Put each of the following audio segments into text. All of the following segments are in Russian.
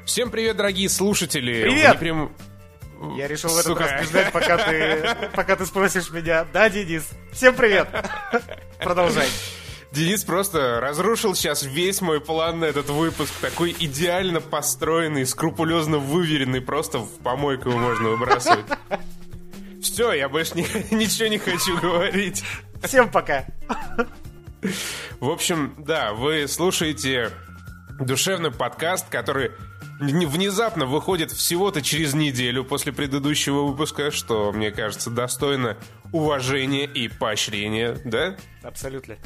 Всем привет, дорогие слушатели! Привет! Я решил в этот раз ждать, пока ты спросишь меня. Да, Денис? Всем привет! Продолжай. Денис просто разрушил сейчас весь мой план на этот выпуск. Такой идеально построенный, скрупулезно выверенный. Просто в помойку его можно выбрасывать. Все, я больше ничего не хочу говорить. Всем пока. В общем, да, вы слушаете душевный подкаст, который внезапно выходит всего-то через неделю после предыдущего выпуска, что, мне кажется, достойно уважения и поощрения, да? Абсолютно.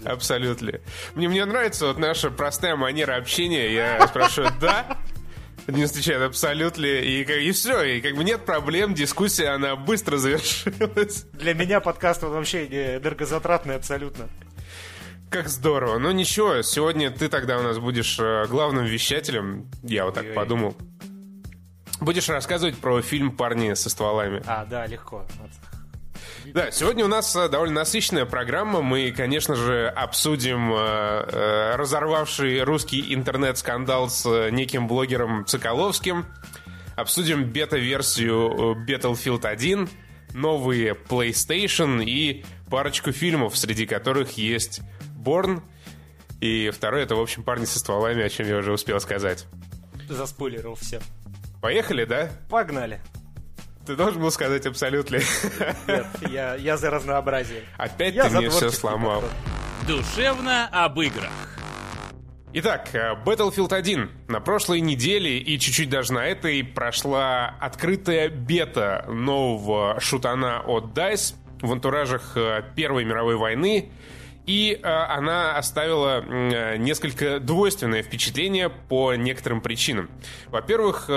Мне нравится вот наша простая манера общения. Я спрашиваю «да?», не встречает абсолютно, и все, и как бы нет проблем, дискуссия, она быстро завершилась. Для меня подкаст вообще не энергозатратный абсолютно. Как здорово. Ну ничего, сегодня ты тогда у нас будешь главным вещателем, я вот так подумал. Будешь рассказывать про фильм «Парни со стволами». Да, легко. Да, сегодня у нас довольно насыщенная программа. Мы, конечно же, обсудим разорвавший русский интернет-скандал с неким блогером Цикаловским. Обсудим бета-версию Battlefield 1, новые PlayStation и парочку фильмов, среди которых есть Борн. И второй — это, в общем, «Парни со стволами», о чем я уже успел сказать. Заспойлерил все. Поехали, да? Погнали. Ты должен был сказать абсолютно. Нет, я за разнообразие. Опять ты мне все сломал. Душевно об играх. Итак, Battlefield 1. На прошлой неделе и чуть-чуть даже на этой прошла открытая бета нового шутана от DICE в антуражах Первой мировой войны. И она оставила несколько двойственное впечатление по некоторым причинам. Во-первых,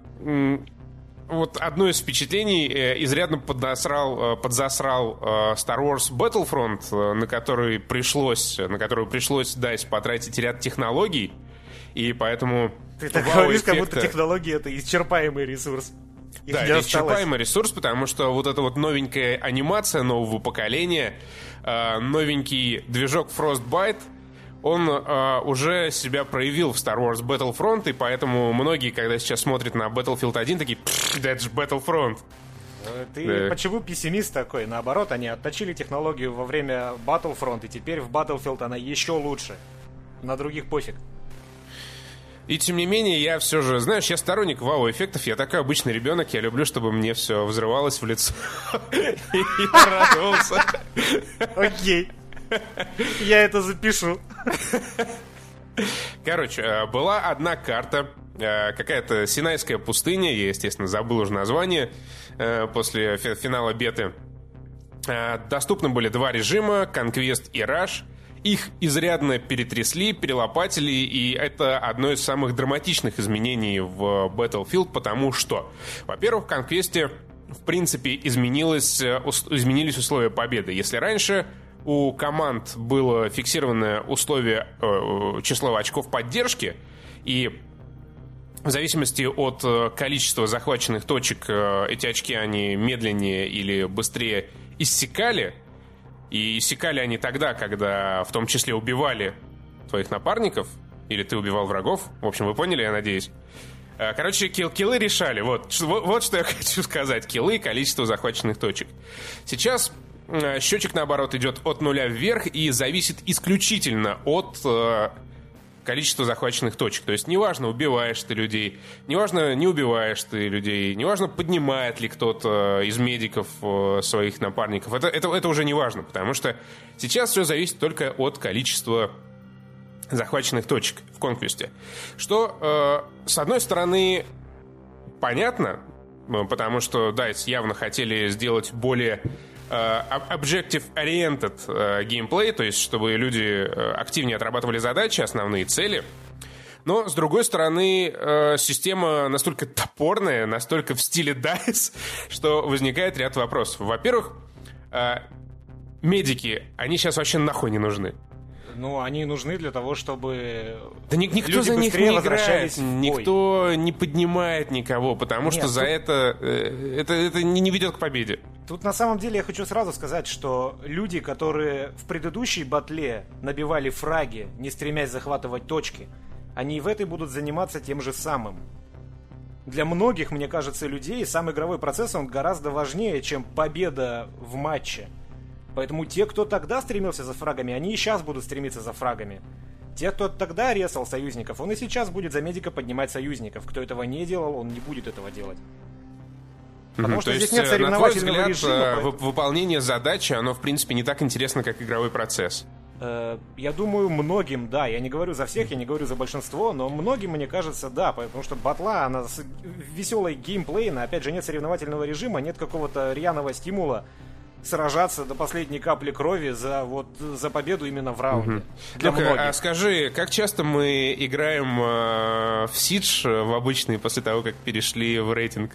вот одно из впечатлений изрядно подзасрал Star Wars Battlefront, на которую пришлось DICE потратить ряд технологий, и поэтому... Ты так говоришь, как будто технологии — это исчерпаемый ресурс. Да, это исчерпаемый ресурс, потому что вот эта вот новенькая анимация нового поколения, новенький движок Frostbite, он уже себя проявил в Star Wars Battlefront, и поэтому многие, когда сейчас смотрят на Battlefield 1, такие, это же Battlefront. Ты почему пессимист такой? Наоборот, они отточили технологию во время Battlefront, и теперь в Battlefield она еще лучше. На других пофиг. И тем не менее, я все же, знаешь, я сторонник вау-эффектов, я такой обычный ребенок, я люблю, чтобы мне все взрывалось в лицо. И радовался. Окей. Я это запишу. Короче, была одна карта, какая-то Синайская пустыня, я, естественно, забыл уже название после финала беты. Доступны были два режима, Conquest и Rush. Их изрядно перетрясли, перелопатили, и это одно из самых драматичных изменений в Battlefield, потому что, во-первых, в Conquest, в принципе, изменились условия победы. Если раньше у команд было фиксированное условие число очков поддержки, и в зависимости от количества захваченных точек эти очки, они медленнее или быстрее иссякали. И иссякали они тогда, когда в том числе убивали твоих напарников, или ты убивал врагов. В общем, вы поняли, я надеюсь. Короче, киллы решали. Вот что я хочу сказать. Киллы и количество захваченных точек. Сейчас счетчик, наоборот, идет от нуля вверх и зависит исключительно от количества захваченных точек. То есть неважно, убиваешь ты людей, неважно, не убиваешь ты людей, неважно, поднимает ли кто-то из медиков своих напарников. Это уже не важно, потому что сейчас все зависит только от количества захваченных точек в Conquest. Что, с одной стороны, понятно, потому что DICE явно хотели сделать более objective-oriented геймплей, то есть чтобы люди активнее отрабатывали задачи, основные цели. Но, с другой стороны, система настолько топорная, настолько в стиле DICE, что возникает ряд вопросов. Во-первых, медики, они сейчас вообще нахуй не нужны. Ну, они нужны для того, чтобы да никто люди за них быстрее не возвращались играет, в бой. никто не поднимает никого, потому что за это не ведет к победе. Тут на самом деле я хочу сразу сказать, что люди, которые в предыдущей батле набивали фраги, не стремясь захватывать точки, они и в этой будут заниматься тем же самым. Для многих, мне кажется, людей сам игровой процесс, он гораздо важнее, чем победа в матче. Поэтому те, кто тогда стремился за фрагами, они и сейчас будут стремиться за фрагами. Те, кто тогда резал союзников, он и сейчас будет за медика поднимать союзников. Кто этого не делал, он не будет этого делать. Потому что здесь нет соревновательного режима. Выполнение задачи, оно в принципе не так интересно, как игровой процесс. Я думаю, многим, да. Я не говорю за всех, я не говорю за большинство, но многим, мне кажется, да. Потому что батла, она веселой геймплейна. Опять же, нет соревновательного режима, нет какого-то рьяного стимула сражаться до последней капли крови за победу именно в раунде. Для многих. А скажи, как часто мы играем в Siege в обычный после того, как перешли в рейтинг?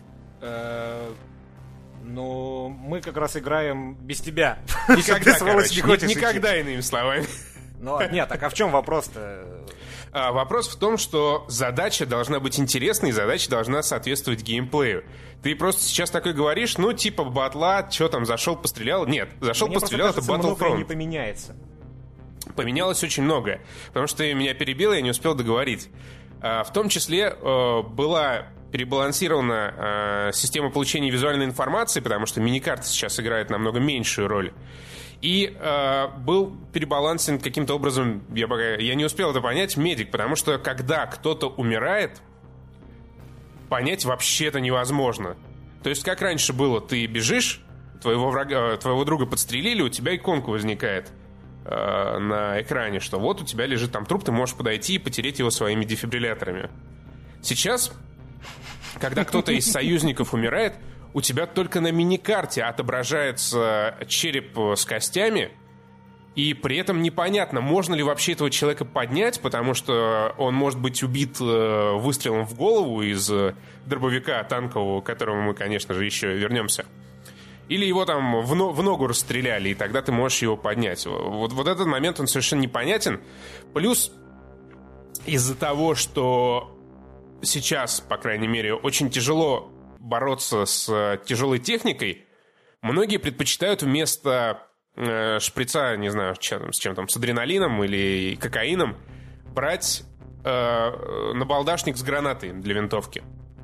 Ну, мы как раз играем без тебя. Никогда, никогда, иными словами. Ну, нет, так а в чем вопрос-то? Вопрос в том, что задача должна быть интересной, задача должна соответствовать геймплею. Ты просто сейчас такой говоришь, ну, типа батла, что там, зашел, пострелял? Нет, зашел, пострелял, это Battlefront. Не поменяется. Поменялось очень многое, потому что ты меня перебил, я не успел договорить. В том числе была перебалансирована система получения визуальной информации, потому что миникарта сейчас играет намного меньшую роль. И был перебалансен каким-то образом, я не успел это понять, медик, потому что когда кто-то умирает, понять вообще-то невозможно. То есть как раньше было, ты бежишь, твоего друга подстрелили, у тебя иконка возникает на экране, что вот у тебя лежит там труп, ты можешь подойти и потереть его своими дефибрилляторами. Сейчас, когда кто-то из союзников умирает, у тебя только на миникарте отображается череп с костями, и при этом непонятно, можно ли вообще этого человека поднять, потому что он может быть убит выстрелом в голову из дробовика танкового, к которому мы, конечно же, еще вернемся. Или его там в ногу расстреляли, и тогда ты можешь его поднять. Вот этот момент, он совершенно непонятен. Плюс из-за того, что сейчас, по крайней мере, очень тяжело бороться с тяжелой техникой, многие предпочитают вместо шприца, не знаю, с чем там, с адреналином или кокаином, брать набалдашник с гранатой для винтовки.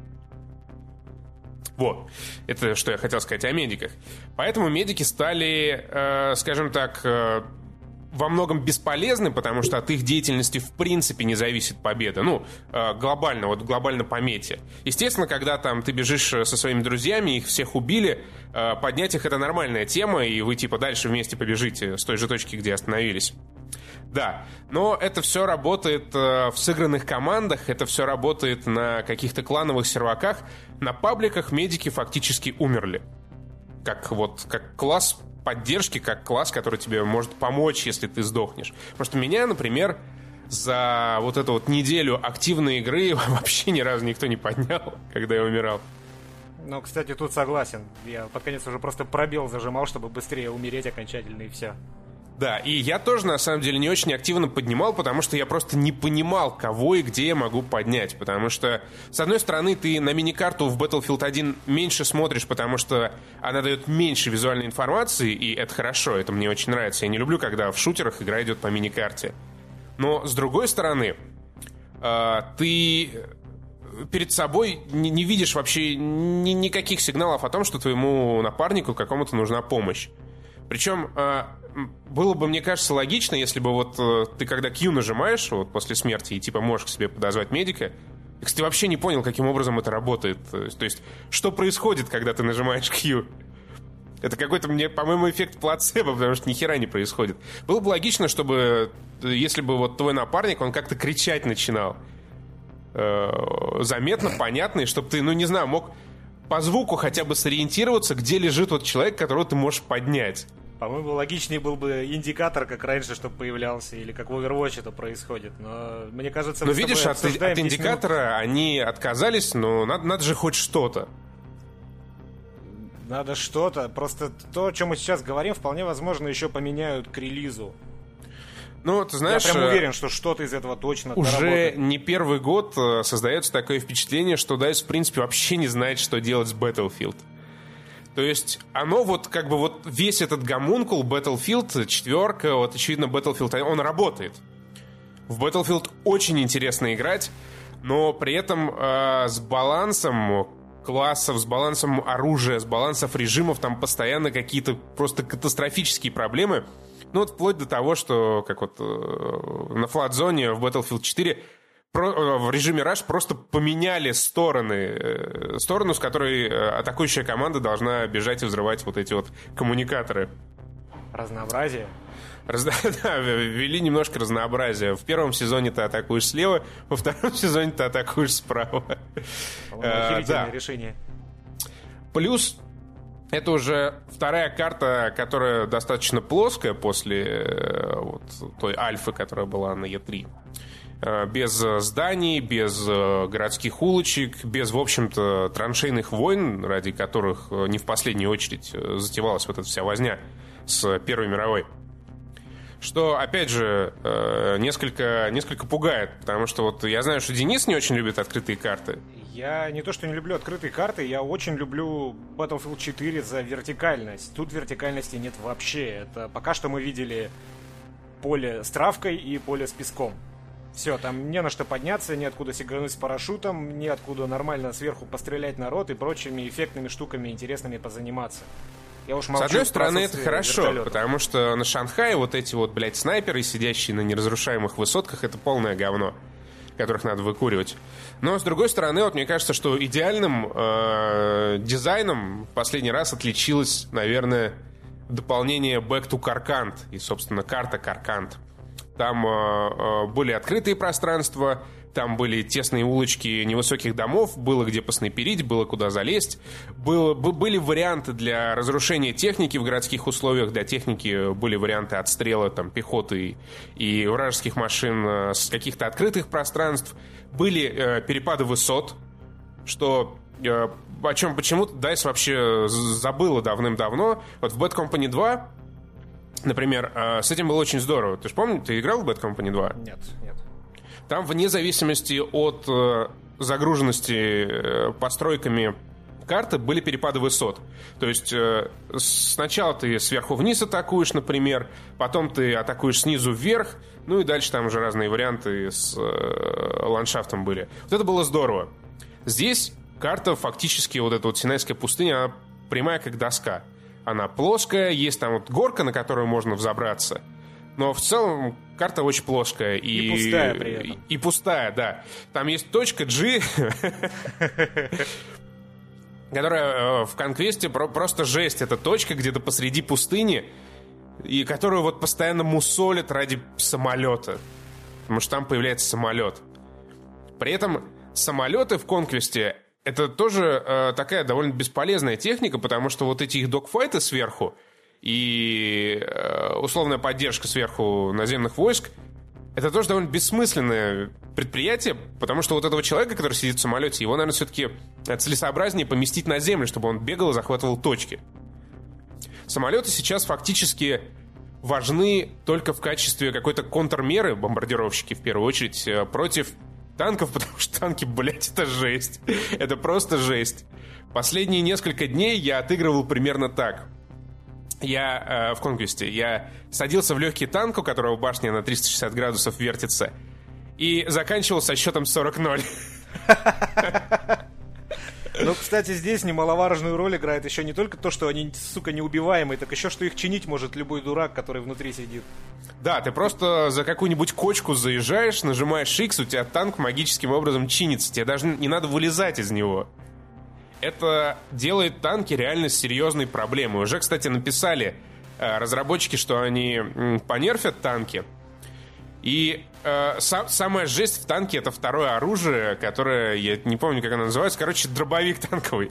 Вот, это что я хотел сказать о медиках. Поэтому медики стали, скажем так, во многом бесполезны, потому что от их деятельности в принципе не зависит победа. Ну, глобально по мете. Естественно, когда там ты бежишь со своими друзьями, их всех убили, поднять их — это нормальная тема, и вы типа дальше вместе побежите с той же точки, где остановились. Да, но это все работает в сыгранных командах, это все работает на каких-то клановых серваках. На пабликах медики фактически умерли. Как класс поддержки, как класс, который тебе может помочь, если ты сдохнешь. Потому что меня, например, за вот эту вот неделю активной игры вообще ни разу никто не поднял, когда я умирал. Ну, кстати, тут согласен. Я под конец уже просто пробел зажимал, чтобы быстрее умереть окончательно, и все. Да, и я тоже, на самом деле, не очень активно поднимал, потому что я просто не понимал, кого и где я могу поднять. Потому что, с одной стороны, ты на миникарту в Battlefield 1 меньше смотришь, потому что она дает меньше визуальной информации, и это хорошо, это мне очень нравится. Я не люблю, когда в шутерах игра идет по миникарте. Но, с другой стороны, ты перед собой не видишь вообще никаких сигналов о том, что твоему напарнику какому-то нужна помощь. Причем было бы, мне кажется, логично, если бы вот ты когда Q нажимаешь вот после смерти и типа можешь к себе подозвать медика, ты, кстати, вообще не понял, каким образом это работает. То есть, что происходит, когда ты нажимаешь Q? Это какой-то, по-моему, эффект плацебо, потому что ни хера не происходит. Было бы логично, чтобы, если бы вот твой напарник, он как-то кричать начинал. Заметно, понятно, и чтобы ты, не знаю, мог по звуку хотя бы сориентироваться, где лежит тот человек, которого ты можешь поднять. По-моему, логичнее был бы индикатор, как раньше, чтобы появлялся, или как в Overwatch это происходит. Но мне кажется, мы видишь, от индикатора они отказались, но надо же хоть что-то. Надо что-то. Просто то, о чем мы сейчас говорим, вполне возможно, еще поменяют к релизу. Ну, ты знаешь, я прям уверен, что что-то из этого точно уже доработает. Не первый год создается такое впечатление, что DICE, в принципе, вообще не знает, что делать с Battlefield. То есть оно вот как бы вот весь этот гомункул Battlefield 4, вот очевидно Battlefield 1, он работает. В Battlefield очень интересно играть, но при этом с балансом классов, с балансом оружия, с балансов режимов там постоянно какие-то просто катастрофические проблемы. Ну вот вплоть до того, что как вот на флат-зоне в Battlefield 4 в режиме Rush просто поменяли сторону, с которой атакующая команда должна бежать и взрывать вот эти вот коммуникаторы. Разнообразие. Да, ввели немножко разнообразия. В первом сезоне ты атакуешь слева, во втором сезоне ты атакуешь справа. Охерительное решение. Плюс это уже вторая карта, которая достаточно плоская после вот той альфы, которая была на E3. Без зданий, без городских улочек, без, в общем-то, траншейных войн, ради которых не в последнюю очередь затевалась вот эта вся возня с Первой мировой. Что, опять же, несколько пугает, потому что вот я знаю, что Денис не очень любит открытые карты. Я не то, что не люблю открытые карты, я очень люблю Battlefield 4 за вертикальность. Тут вертикальности нет вообще. Это пока что мы видели поле с травкой и поле с песком. Все, там не на что подняться, ни откуда сигануть с парашютом, ни откуда нормально сверху пострелять народ и прочими эффектными штуками интересными позаниматься. Я уж молчу, с одной стороны, это хорошо, вертолетов. потому что на Шанхае вот эти вот, блядь, снайперы, сидящие на неразрушаемых высотках, это полное говно, которых надо выкуривать. Но, с другой стороны, вот мне кажется, что идеальным дизайном в последний раз отличилось, наверное, дополнение Back to Karkand и, собственно, карта Карканд. Там были открытые пространства, там были тесные улочки невысоких домов, было где поснайперить, было куда залезть. Были варианты для разрушения техники в городских условиях. Для техники были варианты отстрела там, пехоты и вражеских машин с каких-то открытых пространств. Были перепады высот, что... о чем почему-то DICE вообще забыла давным-давно. Вот в Bad Company 2... Например, с этим было очень здорово. Ты же помнишь, ты играл в Bad Company 2? Нет. Там вне зависимости от загруженности постройками карты были перепады высот. То есть сначала ты сверху вниз атакуешь, например, потом ты атакуешь снизу вверх, ну и дальше там уже разные варианты с ландшафтом были. Вот это было здорово. Здесь карта фактически, вот эта вот Синайская пустыня, она прямая как доска. Она плоская, есть там вот горка, на которую можно взобраться. Но в целом карта очень плоская. И пустая при этом. И пустая, да. Там есть точка G, которая в Конквесте просто жесть. Это точка где-то посреди пустыни, и которую вот постоянно мусолят ради самолета. Потому что там появляется самолет. При этом самолеты в Конквесте — это тоже такая довольно бесполезная техника, потому что вот эти их догфайты сверху и условная поддержка сверху наземных войск — это тоже довольно бессмысленное предприятие, потому что вот этого человека, который сидит в самолете, его, наверное, все-таки целесообразнее поместить на землю, чтобы он бегал и захватывал точки. Самолеты сейчас фактически важны только в качестве какой-то контрмеры, бомбардировщики в первую очередь, против танков, потому что танки, блядь, это жесть. Это просто жесть. Последние несколько дней я отыгрывал примерно так. Я в Конквесте, я садился в легкий танк, у которого башня на 360 градусов вертится, и заканчивал со счетом 40-0. Ну, кстати, здесь немаловажную роль играет еще не только то, что они, сука, неубиваемые, так еще, что их чинить может любой дурак, который внутри сидит. Да, ты просто за какую-нибудь кочку заезжаешь, нажимаешь X, у тебя танк магическим образом чинится. Тебе даже не надо вылезать из него. Это делает танки реально серьезной проблемой. Уже, кстати, написали разработчики, что они понерфят танки. И самая жесть в танке — это второе оружие, которое, я не помню, как оно называется, короче, дробовик танковый.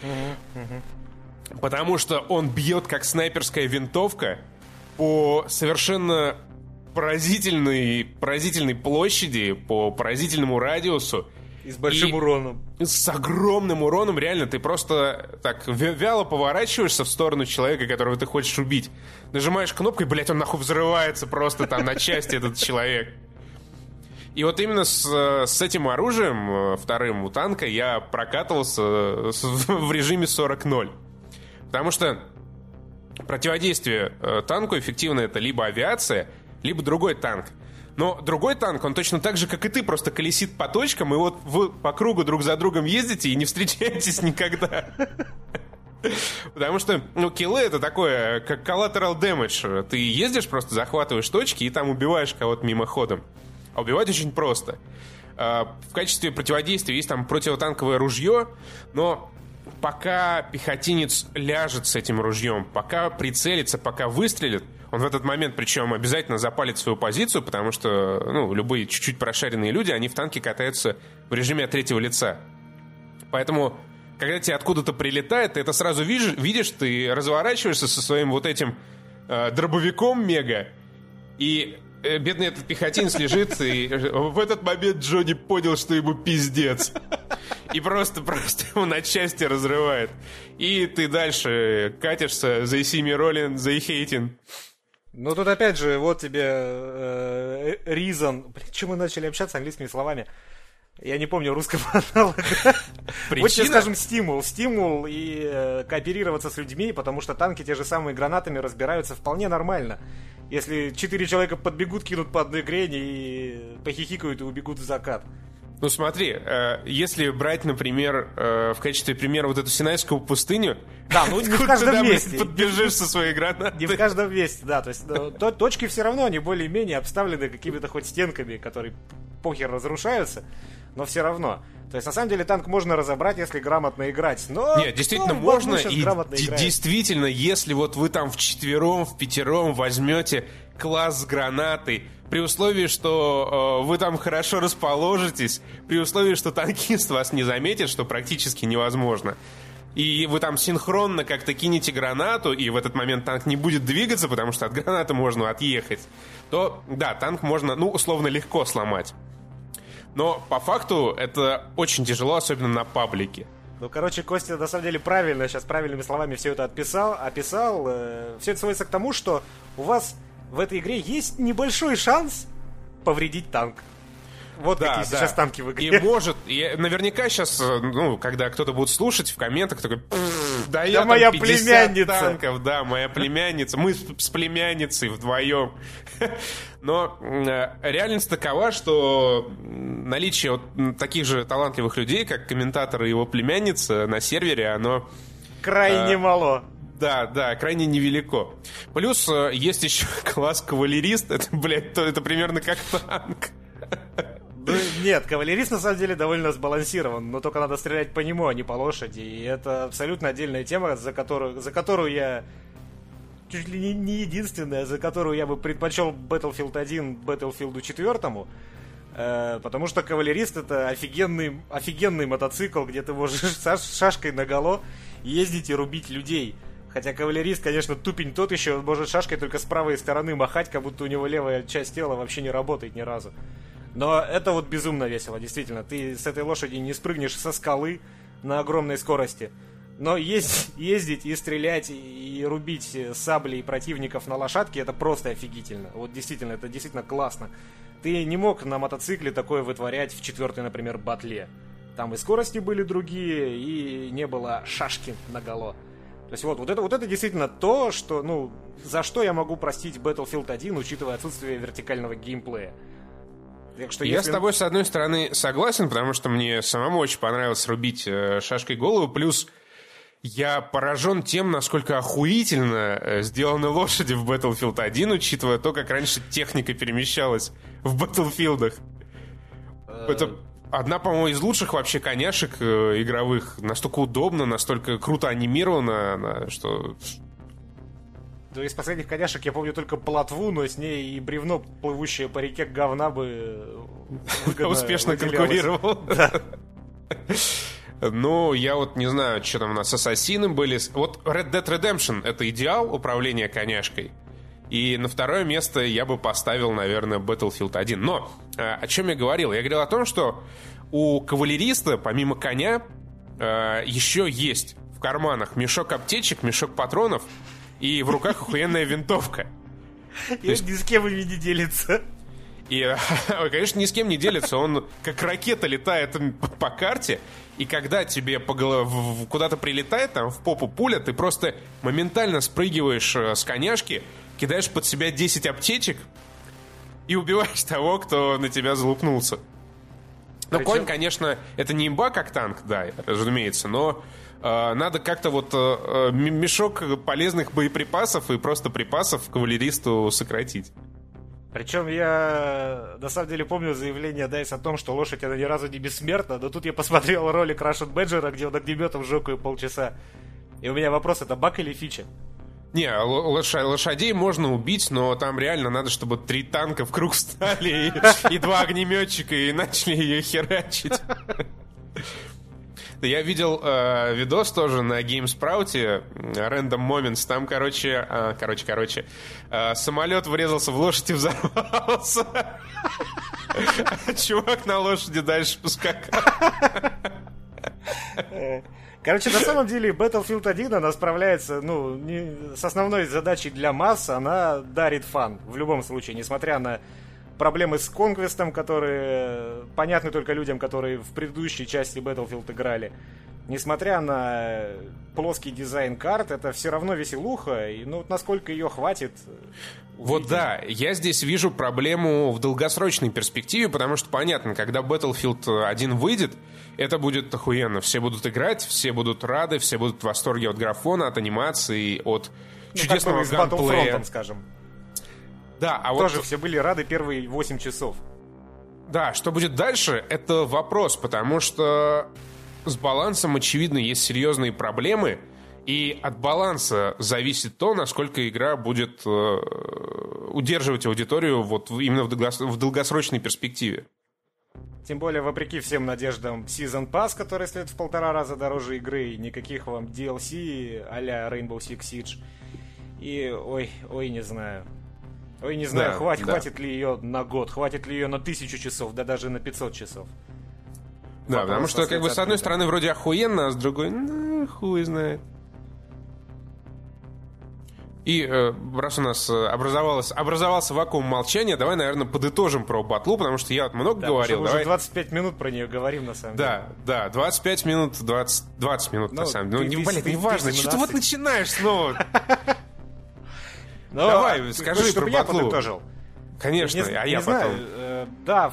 Потому что он бьет как снайперская винтовка по совершенно поразительной площади, по поразительному радиусу. И с большим уроном. С огромным уроном, реально, ты просто так вяло поворачиваешься в сторону человека, которого ты хочешь убить. Нажимаешь кнопку, и, блядь, он нахуй взрывается просто там на части, этот человек. И вот именно с этим оружием, вторым у танка, я прокатывался в режиме 40-0. Потому что противодействие танку эффективно — это либо авиация, либо другой танк. Но другой танк, он точно так же, как и ты, просто колесит по точкам, и вот вы по кругу друг за другом ездите и не встречаетесь никогда. Потому что, киллы — это такое, как collateral damage. Ты ездишь, просто захватываешь точки и там убиваешь кого-то мимоходом. А убивать очень просто. В качестве противодействия есть там противотанковое ружье, но пока пехотинец ляжет с этим ружьем, пока прицелится, пока выстрелит, он в этот момент, причем, обязательно запалит свою позицию, потому что, любые чуть-чуть прошаренные люди, они в танке катаются в режиме от третьего лица. Поэтому, когда тебе откуда-то прилетает, ты это сразу видишь, ты разворачиваешься со своим вот этим дробовиком мега, и бедный этот пехотинец лежит, и в этот момент Джонни понял, что ему пиздец. И просто его на части разрывает. И ты дальше катишься, they see me rolling, they hating. Ну, тут опять же, вот тебе reason. Блин, чем мы начали общаться английскими словами? Я не помню русского аналога. Вот тебе, скажем, стимул. Стимул и кооперироваться с людьми, потому что танки те же самые гранатами разбираются вполне нормально. Если 4 человека подбегут, кинут по одной грени и похихикают и убегут в закат. Ну смотри, если брать, например, в качестве примера вот эту Синайскую пустыню, да, ну не в каждом месте. Подбежишь со своей гранатой. Не в каждом месте, да. То есть точки все равно, они более-менее обставлены какими-то хоть стенками, которые похер разрушаются, но все равно. То есть, на самом деле, танк можно разобрать, если грамотно играть. Но нет, действительно можно. И действительно, если вот вы там вчетвером, впятером возьмете класс с гранатой, при условии, что вы там хорошо расположитесь, при условии, что танкист вас не заметит, что практически невозможно, и вы там синхронно как-то кинете гранату, и в этот момент танк не будет двигаться, потому что от гранаты можно отъехать, то, да, танк можно, условно, легко сломать. Но по факту это очень тяжело, особенно на паблике. Ну, короче, Костя, на самом деле, правильно, сейчас правильными словами все это описал. Все это сводится к тому, что у вас в этой игре есть небольшой шанс повредить танк. Вот да, какие сейчас танки в игре. И может, наверняка сейчас, когда кто-то будет слушать в комментах, такой, да я там моя 50 племянница. Танков, да, моя племянница, мы с племянницей вдвоем. Но реальность такова, что наличие вот таких же талантливых людей, как комментатор и его племянница на сервере, оно крайне мало. Да, крайне невелико. Плюс есть еще класс кавалерист, это примерно как танк. Нет, кавалерист на самом деле довольно сбалансирован, но только надо стрелять по нему, а не по лошади. И это абсолютно отдельная тема, за которую я чуть ли не единственная, за которую я бы предпочел Battlefield 1 Battlefield 4, потому что кавалерист — это офигенный мотоцикл, где ты можешь шашкой наголо ездить и рубить людей. Хотя кавалерист, конечно, тупень тот еще, он может шашкой только с правой стороны махать, как будто у него левая часть тела вообще не работает ни разу. Но это вот безумно весело, действительно. Ты с этой лошади не спрыгнешь со скалы на огромной скорости. Но ездить и стрелять, и рубить саблей противников на лошадке — это просто офигительно. Вот действительно, это действительно классно. Ты не мог на мотоцикле такое вытворять в 4-й, например, батле. Там и скорости были другие, и не было шашки наголо. То есть вот это действительно то, что, за что я могу простить Battlefield 1, учитывая отсутствие вертикального геймплея. Я с тобой, с одной стороны, согласен, потому что мне самому очень понравилось рубить шашкой голову, плюс я поражен тем, насколько охуительно сделаны лошади в Battlefield 1, учитывая то, как раньше техника перемещалась в Battlefield'ах. Это одна, по-моему, из лучших вообще коняшек игровых. Настолько удобно, настолько круто анимировано, что... Да, из последних коняшек я помню только плотву, но с ней и бревно, плывущее по реке говна, бы выгодно успешно конкурировал. Да. Ну, я вот не знаю, что там у нас ассасины были. Вот Red Dead Redemption — это идеал управления коняшкой. И на второе место я бы поставил, наверное, Battlefield 1. Но о чем я говорил? Я говорил о том, что у кавалериста, помимо коня, еще есть в карманах мешок аптечек, мешок патронов и в руках охуенная винтовка. И он ни с кем ими не делится. И, конечно, ни с кем не делится. Он как ракета летает по карте. И когда тебе куда-то прилетает, там, в попу пуля, ты просто моментально спрыгиваешь с коняшки, кидаешь под себя 10 аптечек, и убиваешь того, кто на тебя залупнулся. Но конь, конечно, это не имба как танк, да, разумеется, но надо как-то вот мешок полезных боеприпасов и просто припасов кавалеристу сократить. Причем я на самом деле помню заявление DICE о том, что лошадь она ни разу не бессмертна, но тут я посмотрел ролик Russian Badger, где он огнеметом сжег ее полчаса. И у меня вопрос, это баг или фича? Не, лошадей можно убить, но там реально надо, чтобы 3 танка в круг встали и 2 огнеметчика и начали ее херачить. Я видел видос тоже на GameSprout, Random Moments, там, короче, самолет врезался в лошадь и взорвался. Чувак на лошади дальше поскакал. Короче, на самом деле Battlefield 1, она справляется, с основной задачей для масс, она дарит фан, в любом случае, несмотря на проблемы с Conquest, которые понятны только людям, которые в предыдущей части Battlefield играли. Несмотря на плоский дизайн карт, это все равно веселуха, и насколько ее хватит... Вот да, я здесь вижу проблему в долгосрочной перспективе, потому что понятно, когда Battlefield 1 выйдет, это будет охуенно. Все будут играть, все будут рады, все будут в восторге от графона, от анимации, от чудесного с ганплея. Battlefront, скажем. Да, а тоже вот... все были рады первые 8 часов. Да, что будет дальше, это вопрос, потому что с балансом, очевидно, есть серьезные проблемы, и от баланса зависит то, насколько игра будет удерживать аудиторию вот именно в долгосрочной перспективе. Тем более, вопреки всем надеждам, Season Pass, который стоит в 1,5 раза дороже игры, и никаких вам DLC а-ля Rainbow Six Siege. И, не знаю. Ой, не знаю, Да, хватит ли ее на год, хватит ли ее на 1000 часов, да даже на 500 часов. Да, Вопрос потому что, как бы, с одной открытым. стороны, вроде охуенно, а с другой, хуй знает. И раз у нас образовался вакуум молчания, давай, наверное, подытожим про батлу, потому что я много говорил. Уже Давай... 25 минут про нее говорим, на самом деле. Да, 25 минут, 20 минут, на самом деле. ты Не важно, что ты вот начинаешь снова. Ну, Давай, скажи про чтобы я батлу. подытожил. Конечно, Не я потом... знаю, да,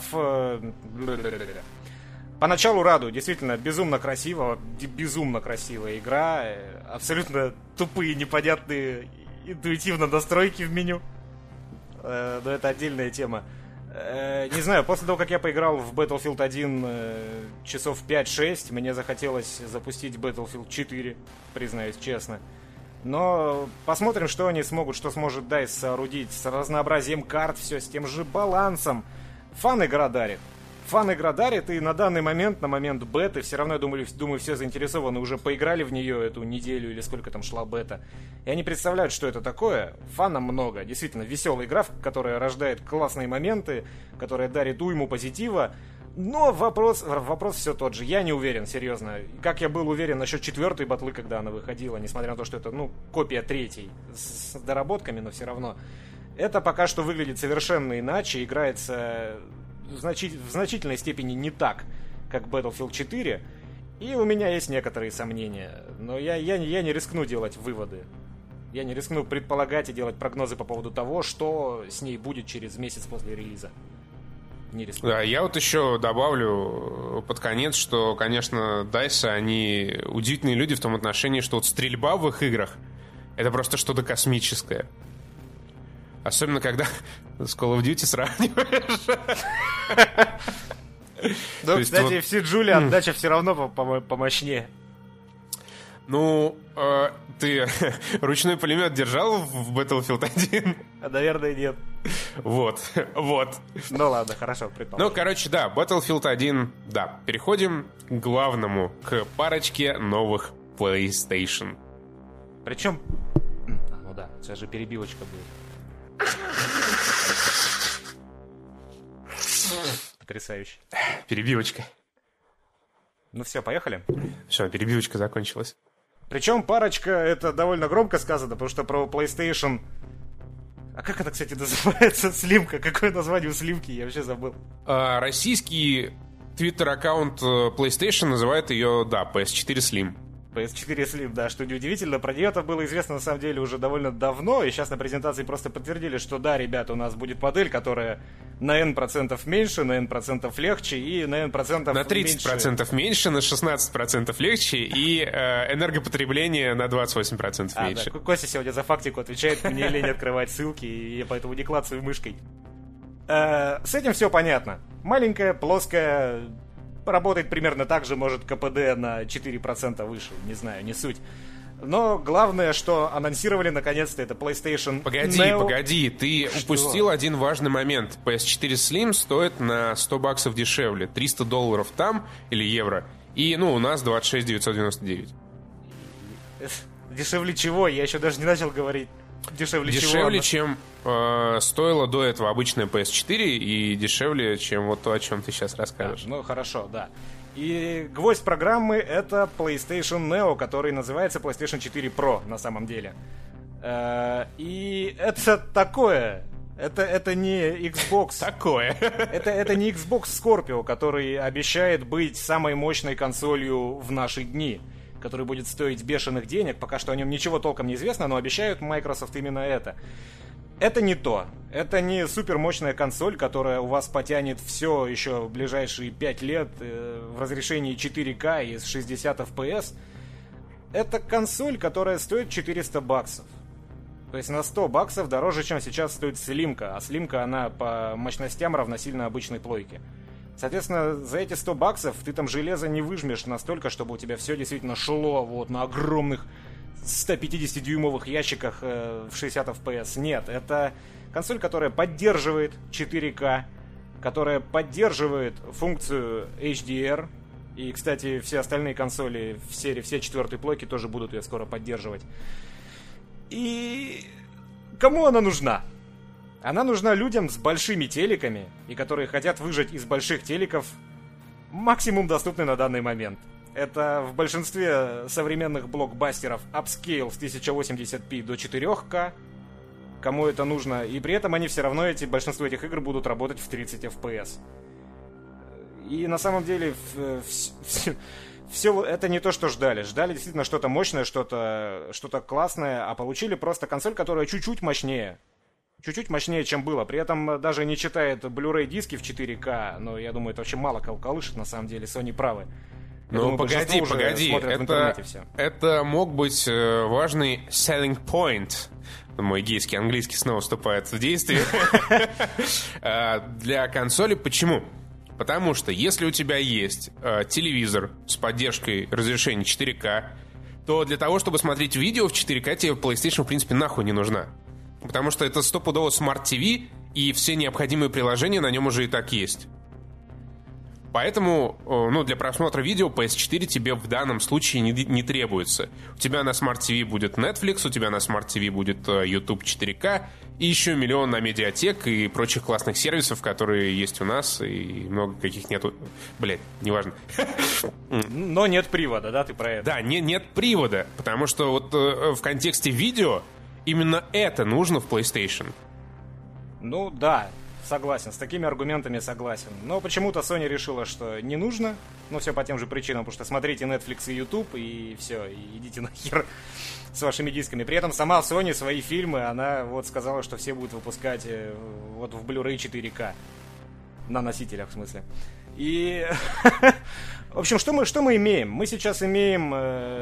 поначалу радует, действительно, безумно красивая игра, абсолютно тупые, непонятные, интуитивно настройки в меню, но это отдельная тема. Не знаю, после того, как я поиграл в Battlefield 1 часов 5-6, мне захотелось запустить Battlefield 4, признаюсь честно. Но посмотрим, что они смогут, что сможет DICE соорудить с разнообразием карт, все с тем же балансом. Фан игра дарит. И на данный момент, на момент беты, все равно, я думаю, все заинтересованы, уже поиграли в нее эту неделю или сколько там шла бета. И они представляют, что это такое. Фана много. Действительно, веселая игра, которая рождает классные моменты, которая дарит уйму позитива. Но вопрос все тот же. Я не уверен, серьезно. Как я был уверен насчет 4-й батлы, когда она выходила, несмотря на то, что это, копия 3-й с доработками, но все равно. Это пока что выглядит совершенно иначе, играется в значительной степени не так, как Battlefield 4. И у меня есть некоторые сомнения. Но я не рискну делать выводы. Я не рискну предполагать и делать прогнозы по поводу того, что с ней будет через месяц после релиза. Да, я вот еще добавлю под конец, что, конечно, DICE, они удивительные люди в том отношении, что вот стрельба в их играх — это просто что-то космическое. Особенно, когда с Call of Duty сравниваешь. Ну, кстати, в Сиджуле отдача все равно помощнее. Ну, ты ручной пулемет держал в Battlefield 1? Наверное, нет. Вот. Ну ладно, хорошо, предположим. Ну, короче, да, Battlefield 1, да. Переходим к главному, к парочке новых PlayStation. Причем... Ну да, сейчас же перебивочка будет. Потрясающе. Перебивочка. Ну все, поехали. Все, перебивочка закончилась. Причем парочка, это довольно громко сказано, потому что про PlayStation... А как это, кстати, называется? Слимка. Какое название у Слимки? Я вообще забыл. Российский твиттер-аккаунт PlayStation называет ее, да, PS4 Slim. PS4 Slim, да, что неудивительно. Про нее это было известно, на самом деле, уже довольно давно. И сейчас на презентации просто подтвердили, что да, ребята, у нас будет модель, которая на N% меньше, на N% легче и на N% на 30% меньше, на 16% легче и энергопотребление на 28% меньше. Да. Костя сегодня за фактику отвечает, мне лень открывать ссылки, и я поэтому не клацаю мышкой. С этим все понятно. Маленькая, плоская, работает примерно так же, может КПД на 4% выше, не знаю, не суть. Но главное, что анонсировали наконец-то, это PlayStation Neo. Погоди, ты упустил один важный момент. PS4 Slim стоит на $100 дешевле, $300 там или евро, и у нас 26 999. Дешевле чего? Я еще даже не начал говорить. Дешевле чем стоило до этого обычная PS4, и дешевле, чем вот то, о чем ты сейчас расскажешь. Хорошо, да. И гвоздь программы — это PlayStation Neo, который называется PlayStation 4 Pro на самом деле. И это такое. Это не Xbox. Такое. Это не Xbox Scorpio, который обещает быть самой мощной консолью в наши дни, который будет стоить бешеных денег. Пока что о нем ничего толком не известно, но обещают Microsoft именно это. Это не то. Это не супермощная консоль, которая у вас потянет все еще в ближайшие 5 лет в разрешении 4К и с 60 FPS. Это консоль, которая стоит $400. То есть на $100 дороже, чем сейчас стоит слимка. А слимка, она по мощностям равносильно обычной плойке. Соответственно, за эти $100 ты там железо не выжмешь настолько, чтобы у тебя все действительно шло вот на огромных 150-дюймовых ящиках в 60 FPS. Нет, это консоль, которая поддерживает 4К, которая поддерживает функцию HDR. И, кстати, все остальные консоли в серии, все 4-й плойки тоже будут ее скоро поддерживать. И кому она нужна? Она нужна людям с большими телеками, и которые хотят выжать из больших телеков максимум доступный на данный момент. Это в большинстве современных блокбастеров апскейл с 1080p до 4К. Кому это нужно? И при этом они все равно, большинство этих игр будут работать в 30 FPS. И на самом деле все это не то, что ждали. Ждали действительно что-то мощное, что-то классное, а получили просто консоль, которая чуть-чуть мощнее. Чуть-чуть мощнее, чем было. При этом даже не читает Blu-ray диски в 4К. Но я думаю, это вообще мало кого колышет, на самом деле. Sony правы. Ну, погоди. Это мог быть важный selling point. Мой гейский английский снова вступает в действие. Для консоли. Почему? Потому что если у тебя есть телевизор с поддержкой разрешения 4К, то для того, чтобы смотреть видео в 4К, тебе PlayStation, в принципе, нахуй не нужна. Потому что это стопудово Smart TV, и все необходимые приложения на нем уже и так есть. Поэтому, для просмотра видео PS4 тебе в данном случае не требуется. У тебя на Smart TV будет Netflix, у тебя на Smart TV будет YouTube 4K, и еще миллион на медиатек и прочих классных сервисов, которые есть у нас, и много каких нету. Блять, неважно. Но нет привода, да, ты про это? Да, нет привода, потому что вот в контексте видео именно это нужно в PlayStation. Ну да, согласен, с такими аргументами согласен. Но почему-то Sony решила, что не нужно. Ну, все по тем же причинам, потому что смотрите Netflix и YouTube, и все, и идите нахер с вашими дисками. При этом сама Sony свои фильмы, она вот сказала, что все будут выпускать вот в Blu-ray 4K. На носителях, в смысле. И, в общем, что мы имеем? Мы сейчас имеем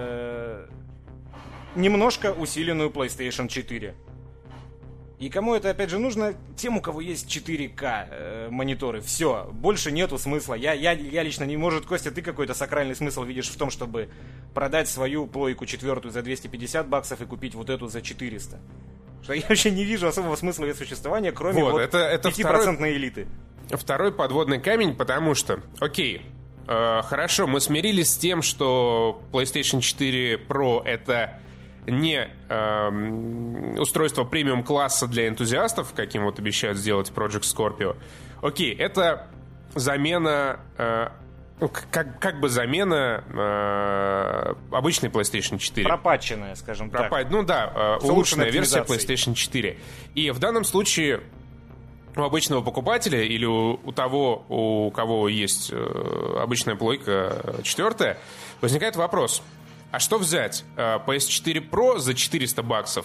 немножко усиленную PlayStation 4. И кому это, опять же, нужно? Тем, у кого есть 4К мониторы. Все, больше нету смысла. Я лично не... Может, Костя, ты какой-то сакральный смысл видишь в том, чтобы продать свою плойку 4 за $250 и купить вот эту за 400? Что я вообще не вижу особого смысла ее существования, кроме вот это 5% элиты. Второй подводный камень, потому что, окей, хорошо, мы смирились с тем, что PlayStation 4 Pro это не устройство премиум-класса для энтузиастов, каким вот обещают сделать Project Scorpio. Окей, это замена, как бы замена обычной PlayStation 4. Пропатченная, скажем так. Ну да, улучшенная версия PlayStation 4. И в данном случае у обычного покупателя или у того, у кого есть обычная плойка 4, возникает вопрос: а что взять? PS4 Pro за $400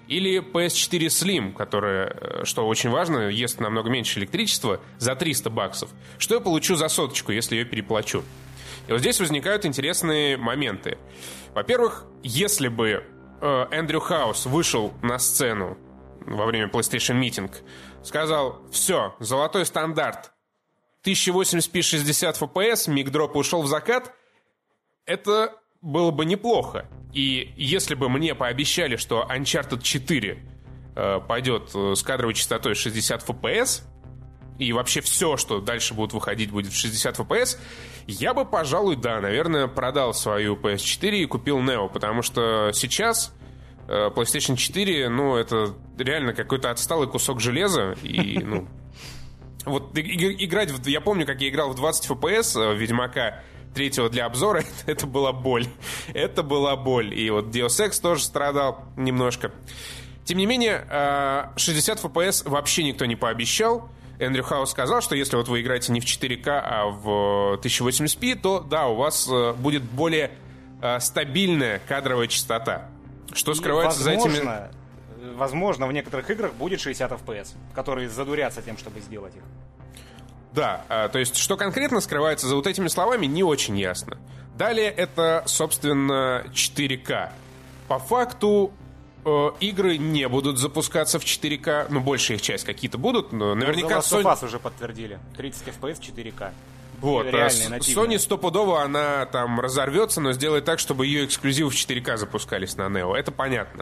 Или PS4 Slim, которая, что очень важно, ест намного меньше электричества, за $300. Что я получу за 100, если ее переплачу? И вот здесь возникают интересные моменты. Во-первых, если бы Эндрю Хаус вышел на сцену во время PlayStation Meeting, сказал: все, золотой стандарт, 1080p 60 FPS, мигдроп ушел в закат, это было бы неплохо. И если бы мне пообещали, что Uncharted 4 пойдет с кадровой частотой 60 FPS, и вообще все, что дальше будет выходить, будет в 60 FPS, я бы, пожалуй, да, наверное, продал свою PS4 и купил Neo, потому что сейчас PlayStation 4, ну, это реально какой-то отсталый кусок железа, и, ну... Вот играть, я помню, как я играл в 20 FPS Ведьмака 3 для обзора, это была боль. Это была боль. И вот Deus Ex тоже страдал немножко. Тем не менее, 60 FPS вообще никто не пообещал. Эндрю Хаус сказал, что если вот вы играете не в 4К, а в 1080p, то да, у вас будет более стабильная кадровая частота. Что скрывается за этими... Возможно, в некоторых играх будет 60 FPS, которые задурятся тем, чтобы сделать их. Да, то есть, что конкретно скрывается за вот этими словами, не очень ясно. Далее это, собственно, 4К. По факту, игры не будут запускаться в 4К, ну, большая их часть какие-то будут, но наверняка... The Last of Us уже подтвердили, 30 FPS 4К. Вот, Sony стопудово она там разорвется, но сделает так, чтобы ее эксклюзивы в 4К запускались на Neo, это понятно.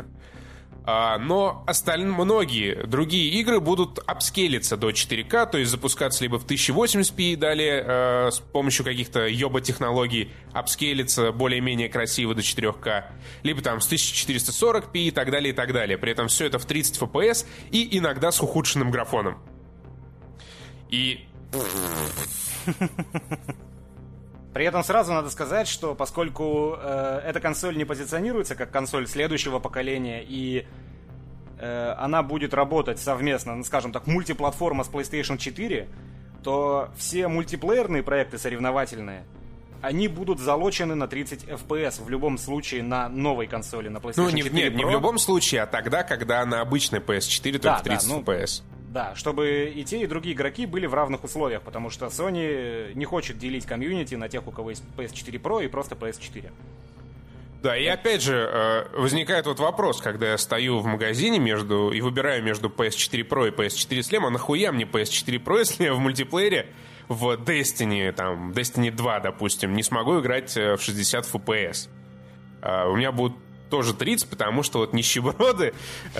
Но многие другие игры будут апскейлиться до 4К, то есть запускаться либо в 1080p и далее с помощью каких-то йоба-технологий апскейлиться более-менее красиво до 4К, либо там с 1440p и так далее, и так далее. При этом все это в 30 FPS и иногда с ухудшенным графоном. И... При этом сразу надо сказать, что поскольку эта консоль не позиционируется как консоль следующего поколения, и она будет работать совместно, скажем так, мультиплатформа с PlayStation 4, то все мультиплеерные проекты соревновательные, они будут залочены на 30 FPS в любом случае на новой консоли, на PlayStation 4 Pro. Нет, не в любом случае, а тогда, когда на обычной PS4 только 30 FPS. Да, чтобы и те, и другие игроки были в равных условиях, потому что Sony не хочет делить комьюнити на тех, у кого есть PS4 Pro и просто PS4. Да, и опять же, возникает вот вопрос, когда я стою в магазине и выбираю между PS4 Pro и PS4 Slim, а нахуя мне PS4 Pro, если я в мультиплеере в Destiny, там, Destiny 2, допустим, не смогу играть в 60 FPS. У меня будут тоже 30, потому что вот нищеброды,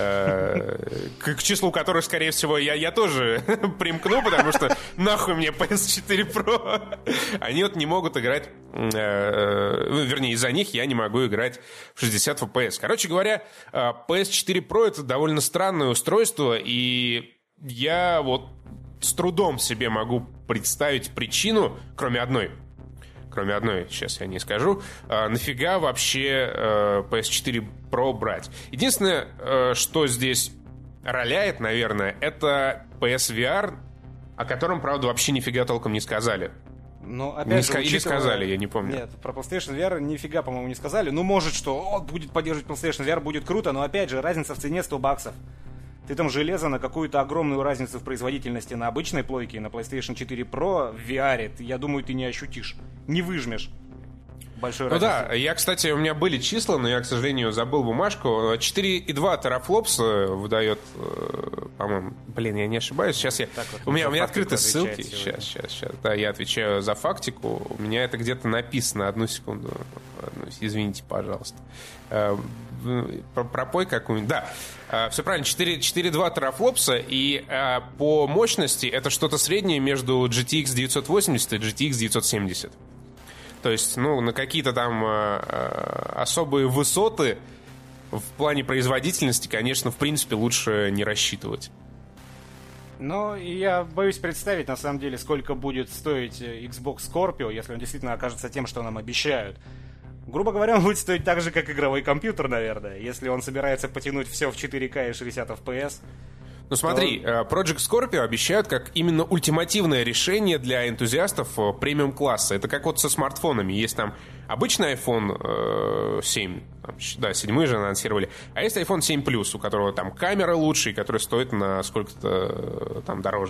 к числу которых, скорее всего, я тоже примкну, потому что нахуй мне PS4 Pro. Они вот не могут играть, вернее, из-за них я не могу играть в 60 FPS. Короче говоря, PS4 Pro — это довольно странное устройство, и я вот с трудом себе могу представить причину, кроме одной, сейчас я не скажу, нафига вообще PS4 Pro брать. Единственное, что здесь роляет, наверное, это PSVR, о котором, правда, вообще нифига толком не сказали. Ну, опять же, или сказали, я не помню. Нет, про PlayStation VR нифига, по-моему, не сказали. Ну, может, что будет поддерживать PlayStation VR, будет круто, но, опять же, разница в цене $100. Ты там железо на какую-то огромную разницу в производительности на обычной плойке и на PlayStation 4 Pro в VR, я думаю, ты не ощутишь, не выжмешь большой разницы. Да, я, кстати, у меня были числа, но я, к сожалению, забыл бумажку. 4,2 терафлопс выдает, по-моему, я не ошибаюсь. Сейчас я... Вот, у меня открыты ссылки. Сейчас. Да, я отвечаю за фактику. У меня это где-то написано. Одну секунду. Извините, пожалуйста. Пропой какую-нибудь. Да, все правильно, 4,2 терафлопса, и по мощности это что-то среднее между GTX 980 и GTX 970. То есть, на какие-то там особые высоты в плане производительности, конечно, в принципе, лучше не рассчитывать. Ну, я боюсь представить, на самом деле, сколько будет стоить Xbox Scorpio, если он действительно окажется тем, что нам обещают. Грубо говоря, он будет стоить так же, как игровой компьютер, наверное, если он собирается потянуть все в 4К и 60 FPS. Ну смотри, Project Scorpio обещают как именно ультимативное решение для энтузиастов премиум-класса. Это как вот со смартфонами. Есть там обычный iPhone 7, да, 7 же анонсировали, а есть iPhone 7 Plus, у которого там камера лучше, и который стоит на сколько-то там дороже.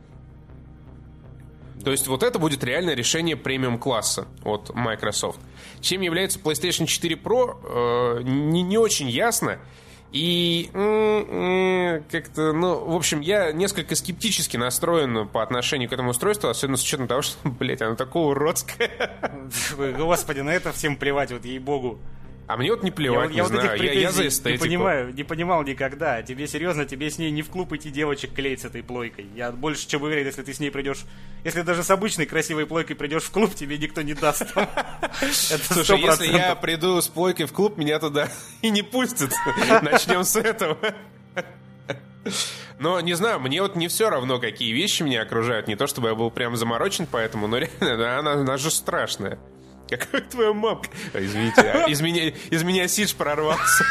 То есть вот это будет реальное решение премиум-класса от Microsoft. Чем является PlayStation 4 Pro, не очень ясно. И как-то, ну, в общем, я несколько скептически настроен по отношению к этому устройству, особенно с учетом того, что, блядь, оно такое уродское. Господи, на это всем плевать, вот ей-богу. А мне вот не плевать, я не знаю, я за эстетику. Не понимал никогда. Тебе серьезно, тебе с ней не в клуб идти девочек клеить с этой плойкой. Я больше чем уверен, если ты с ней придешь, если даже с обычной красивой плойкой придешь в клуб, тебе никто не даст. Слушай, если я приду с плойкой в клуб, меня туда и не пустят. Начнем с этого. Но, не знаю, мне вот не все равно, какие вещи меня окружают. Не то, чтобы я был прям заморочен по этому, но реально, она же страшная. Какая твоя мамка? Извините, из меня Сидж прорвался.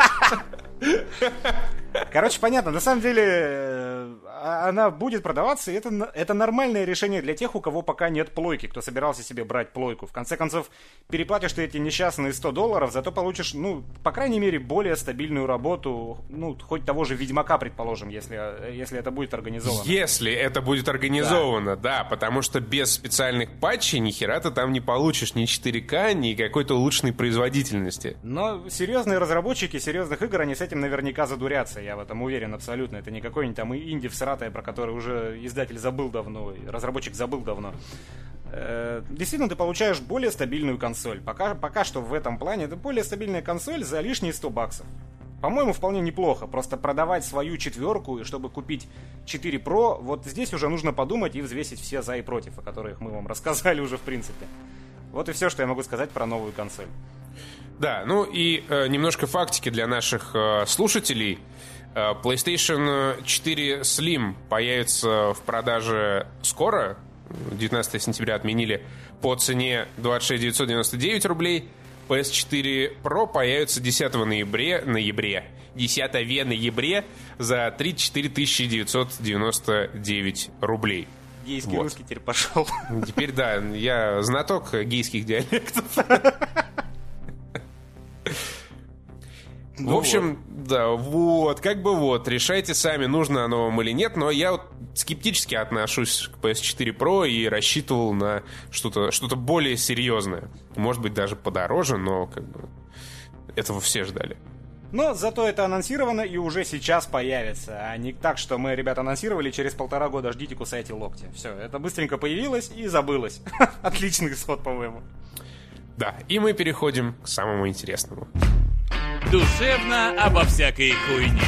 Короче, понятно, на самом деле она будет продаваться, и это нормальное решение для тех, у кого пока нет плойки, кто собирался себе брать плойку. В конце концов, переплатишь ты эти несчастные $100, зато получишь, ну, по крайней мере, более стабильную работу, ну, хоть того же Ведьмака, предположим, если это будет организовано. Если это будет организовано, да, потому что без специальных патчей ни хера ты там не получишь ни 4К, ни какой-то улучшенной производительности. Но серьезные разработчики серьезных игр, они с этим наверняка задурятся, я в этом уверен абсолютно. Это не какой-нибудь там инди всратая, про который уже издатель забыл давно, разработчик забыл давно. Действительно, ты получаешь более стабильную консоль. Пока что в этом плане это более стабильная консоль за лишние $100. По-моему, вполне неплохо. Просто продавать свою четверку, и чтобы купить 4 Pro, вот здесь уже нужно подумать и взвесить все за и против, о которых мы вам рассказали уже в принципе. Вот и все, что я могу сказать про новую консоль. Да, ну и немножко фактики для наших слушателей. PlayStation 4 Slim появится в продаже скоро. 19 сентября отменили по цене 26 999 рублей. PS4 Pro появится 10 ноября за 34 999 рублей. Гейский русский теперь пошел. Теперь, да, я знаток гейских диалектов. В общем, да, вот, как бы вот, решайте сами, нужно оно вам или нет, но я вот скептически отношусь к PS4 Pro и рассчитывал на что-то более серьезное. Может быть, даже подороже, но как бы этого все ждали. Но зато это анонсировано и уже сейчас появится, а не так, что мы, ребята, анонсировали, через 1,5 года ждите, кусайте локти. Все, это быстренько появилось и забылось. Отличный исход, по-моему. Да, и мы переходим к самому интересному. Душевно обо всякой хуйне.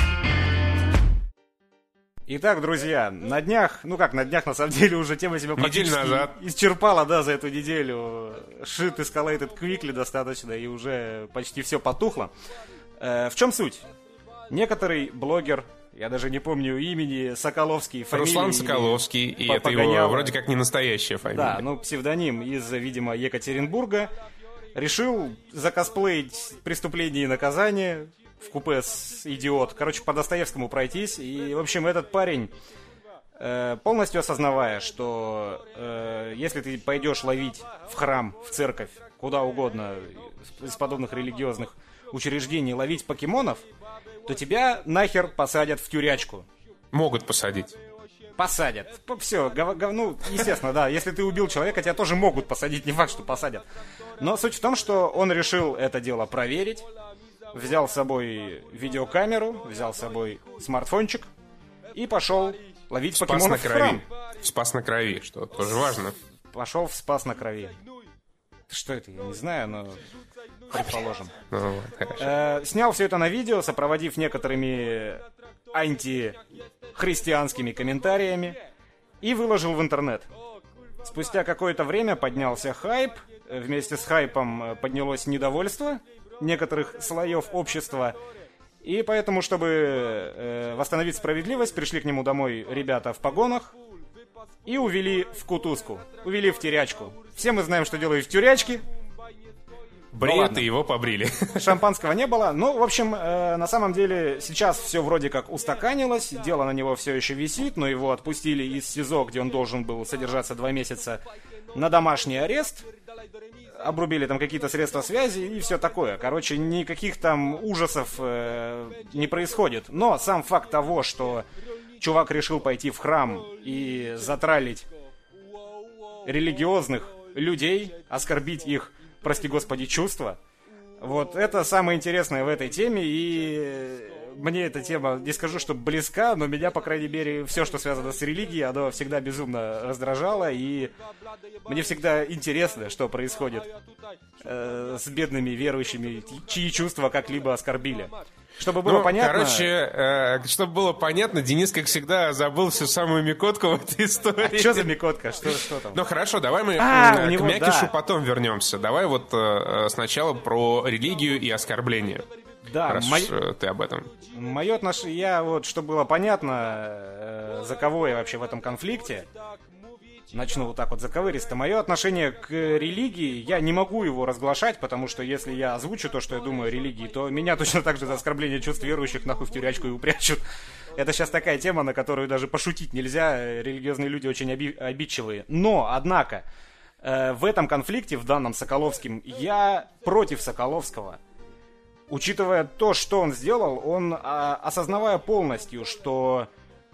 Итак, друзья, на днях, на самом деле уже тема себя неделю назад исчерпала, да, за эту неделю. Shit escalated quickly достаточно, и уже почти все потухло. В чем суть? Некоторый блогер, я даже не помню имени, Соколовский, фамилия... Руслан Соколовский, и это его вроде как не настоящая фамилия. Да, ну псевдоним из, видимо, Екатеринбурга, решил закосплеить «Преступление и наказание» в купе с «Идиот». Короче, по Достоевскому пройтись. И, в общем, этот парень, полностью осознавая, что если ты пойдешь ловить в храм, в церковь, куда угодно, из подобных религиозных учреждений, ловить покемонов, то тебя нахер посадят в тюрячку. Могут посадить. Посадят. Все, ну, естественно, да. Если ты убил человека, тебя тоже могут посадить, не факт, что посадят. Но суть в том, что он решил это дело проверить. Взял с собой видеокамеру, взял с собой смартфончик и пошел ловить покемонов в храм. Спас на крови, что тоже важно. Пошел в спас на крови. Что это, я не знаю, но предположим. Снял все это на видео, сопроводив некоторыми антихристианскими комментариями и выложил в интернет. Спустя какое-то время поднялся хайп, вместе с хайпом поднялось недовольство некоторых слоев общества, и поэтому, чтобы восстановить справедливость, пришли к нему домой ребята в погонах и увели в кутузку, увели в тюрячку. Все мы знаем, что делают в тюрячке. Бред, и его побрили. Шампанского не было. Ну, в общем, на самом деле, сейчас все вроде как устаканилось. Дело на него все еще висит, но его отпустили из СИЗО, где он должен был содержаться 2 месяца, на домашний арест. Обрубили там какие-то средства связи и все такое. Короче, никаких там ужасов не происходит. Но сам факт того, что чувак решил пойти в храм и затралить религиозных людей, оскорбить их, прости господи, чувства, вот это самое интересное в этой теме. И мне эта тема, не скажу, что близка, но меня, по крайней мере, все, что связано с религией, оно всегда безумно раздражало. И мне всегда интересно, что происходит с бедными верующими, чьи чувства как-либо оскорбили. Чтобы было понятно... Короче, чтобы было понятно, Денис, как всегда, забыл всю самую микотку в этой истории. А что за микотка? Что там? Ну хорошо, давай мы к Мякишу да. потом вернемся. Давай вот сначала про религию и оскорбление. Да, раз ты об этом. Мое отношение, я вот, чтобы было понятно, за кого я вообще в этом конфликте, начну вот так вот заковыристо. Мое отношение к религии, я не могу его разглашать, потому что если я озвучу то, что я думаю о религии, то меня точно так же за оскорбление чувств верующих нахуй в тюрячку и упрячут. Это сейчас такая тема, на которую даже пошутить нельзя, религиозные люди очень обидчивые. Но, однако, в этом конфликте, в данном Соколовском, я против Соколовского. Учитывая то, что он сделал, он, осознавая полностью, что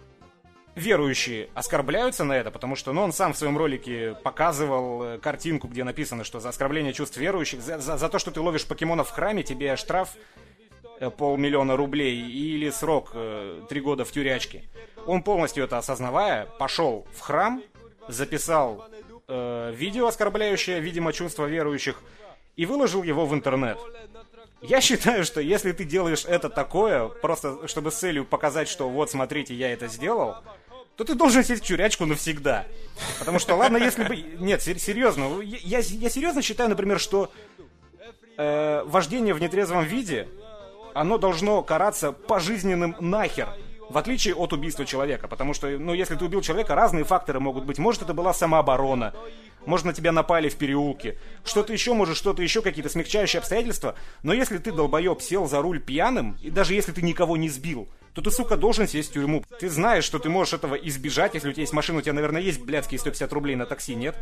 верующие оскорбляются на это, потому что он сам в своем ролике показывал картинку, где написано, что за оскорбление чувств верующих, за то, что ты ловишь покемонов в храме, тебе штраф 500 000 рублей или срок 3 года в тюрячке. Он полностью это осознавая, пошел в храм, записал видео, оскорбляющее, видимо, чувства верующих, и выложил его в интернет. Я считаю, что если ты делаешь это такое, просто чтобы с целью показать, что вот, смотрите, я это сделал, то ты должен сесть в тюрячку навсегда. Потому что, ладно, если бы... Нет, серьезно. Я серьезно считаю, например, что вождение в нетрезвом виде, оно должно караться пожизненным нахер. В отличие от убийства человека. Потому что, если ты убил человека, разные факторы могут быть. Может, это была самооборона. Может, на тебя напали в переулке. Что-то еще, какие-то смягчающие обстоятельства. Но если ты, долбоеб, сел за руль пьяным, и даже если ты никого не сбил, то ты, сука, должен сесть в тюрьму. Ты знаешь, что ты можешь этого избежать. Если у тебя есть машина, у тебя, наверное, есть блядские 150 рублей на такси, нет?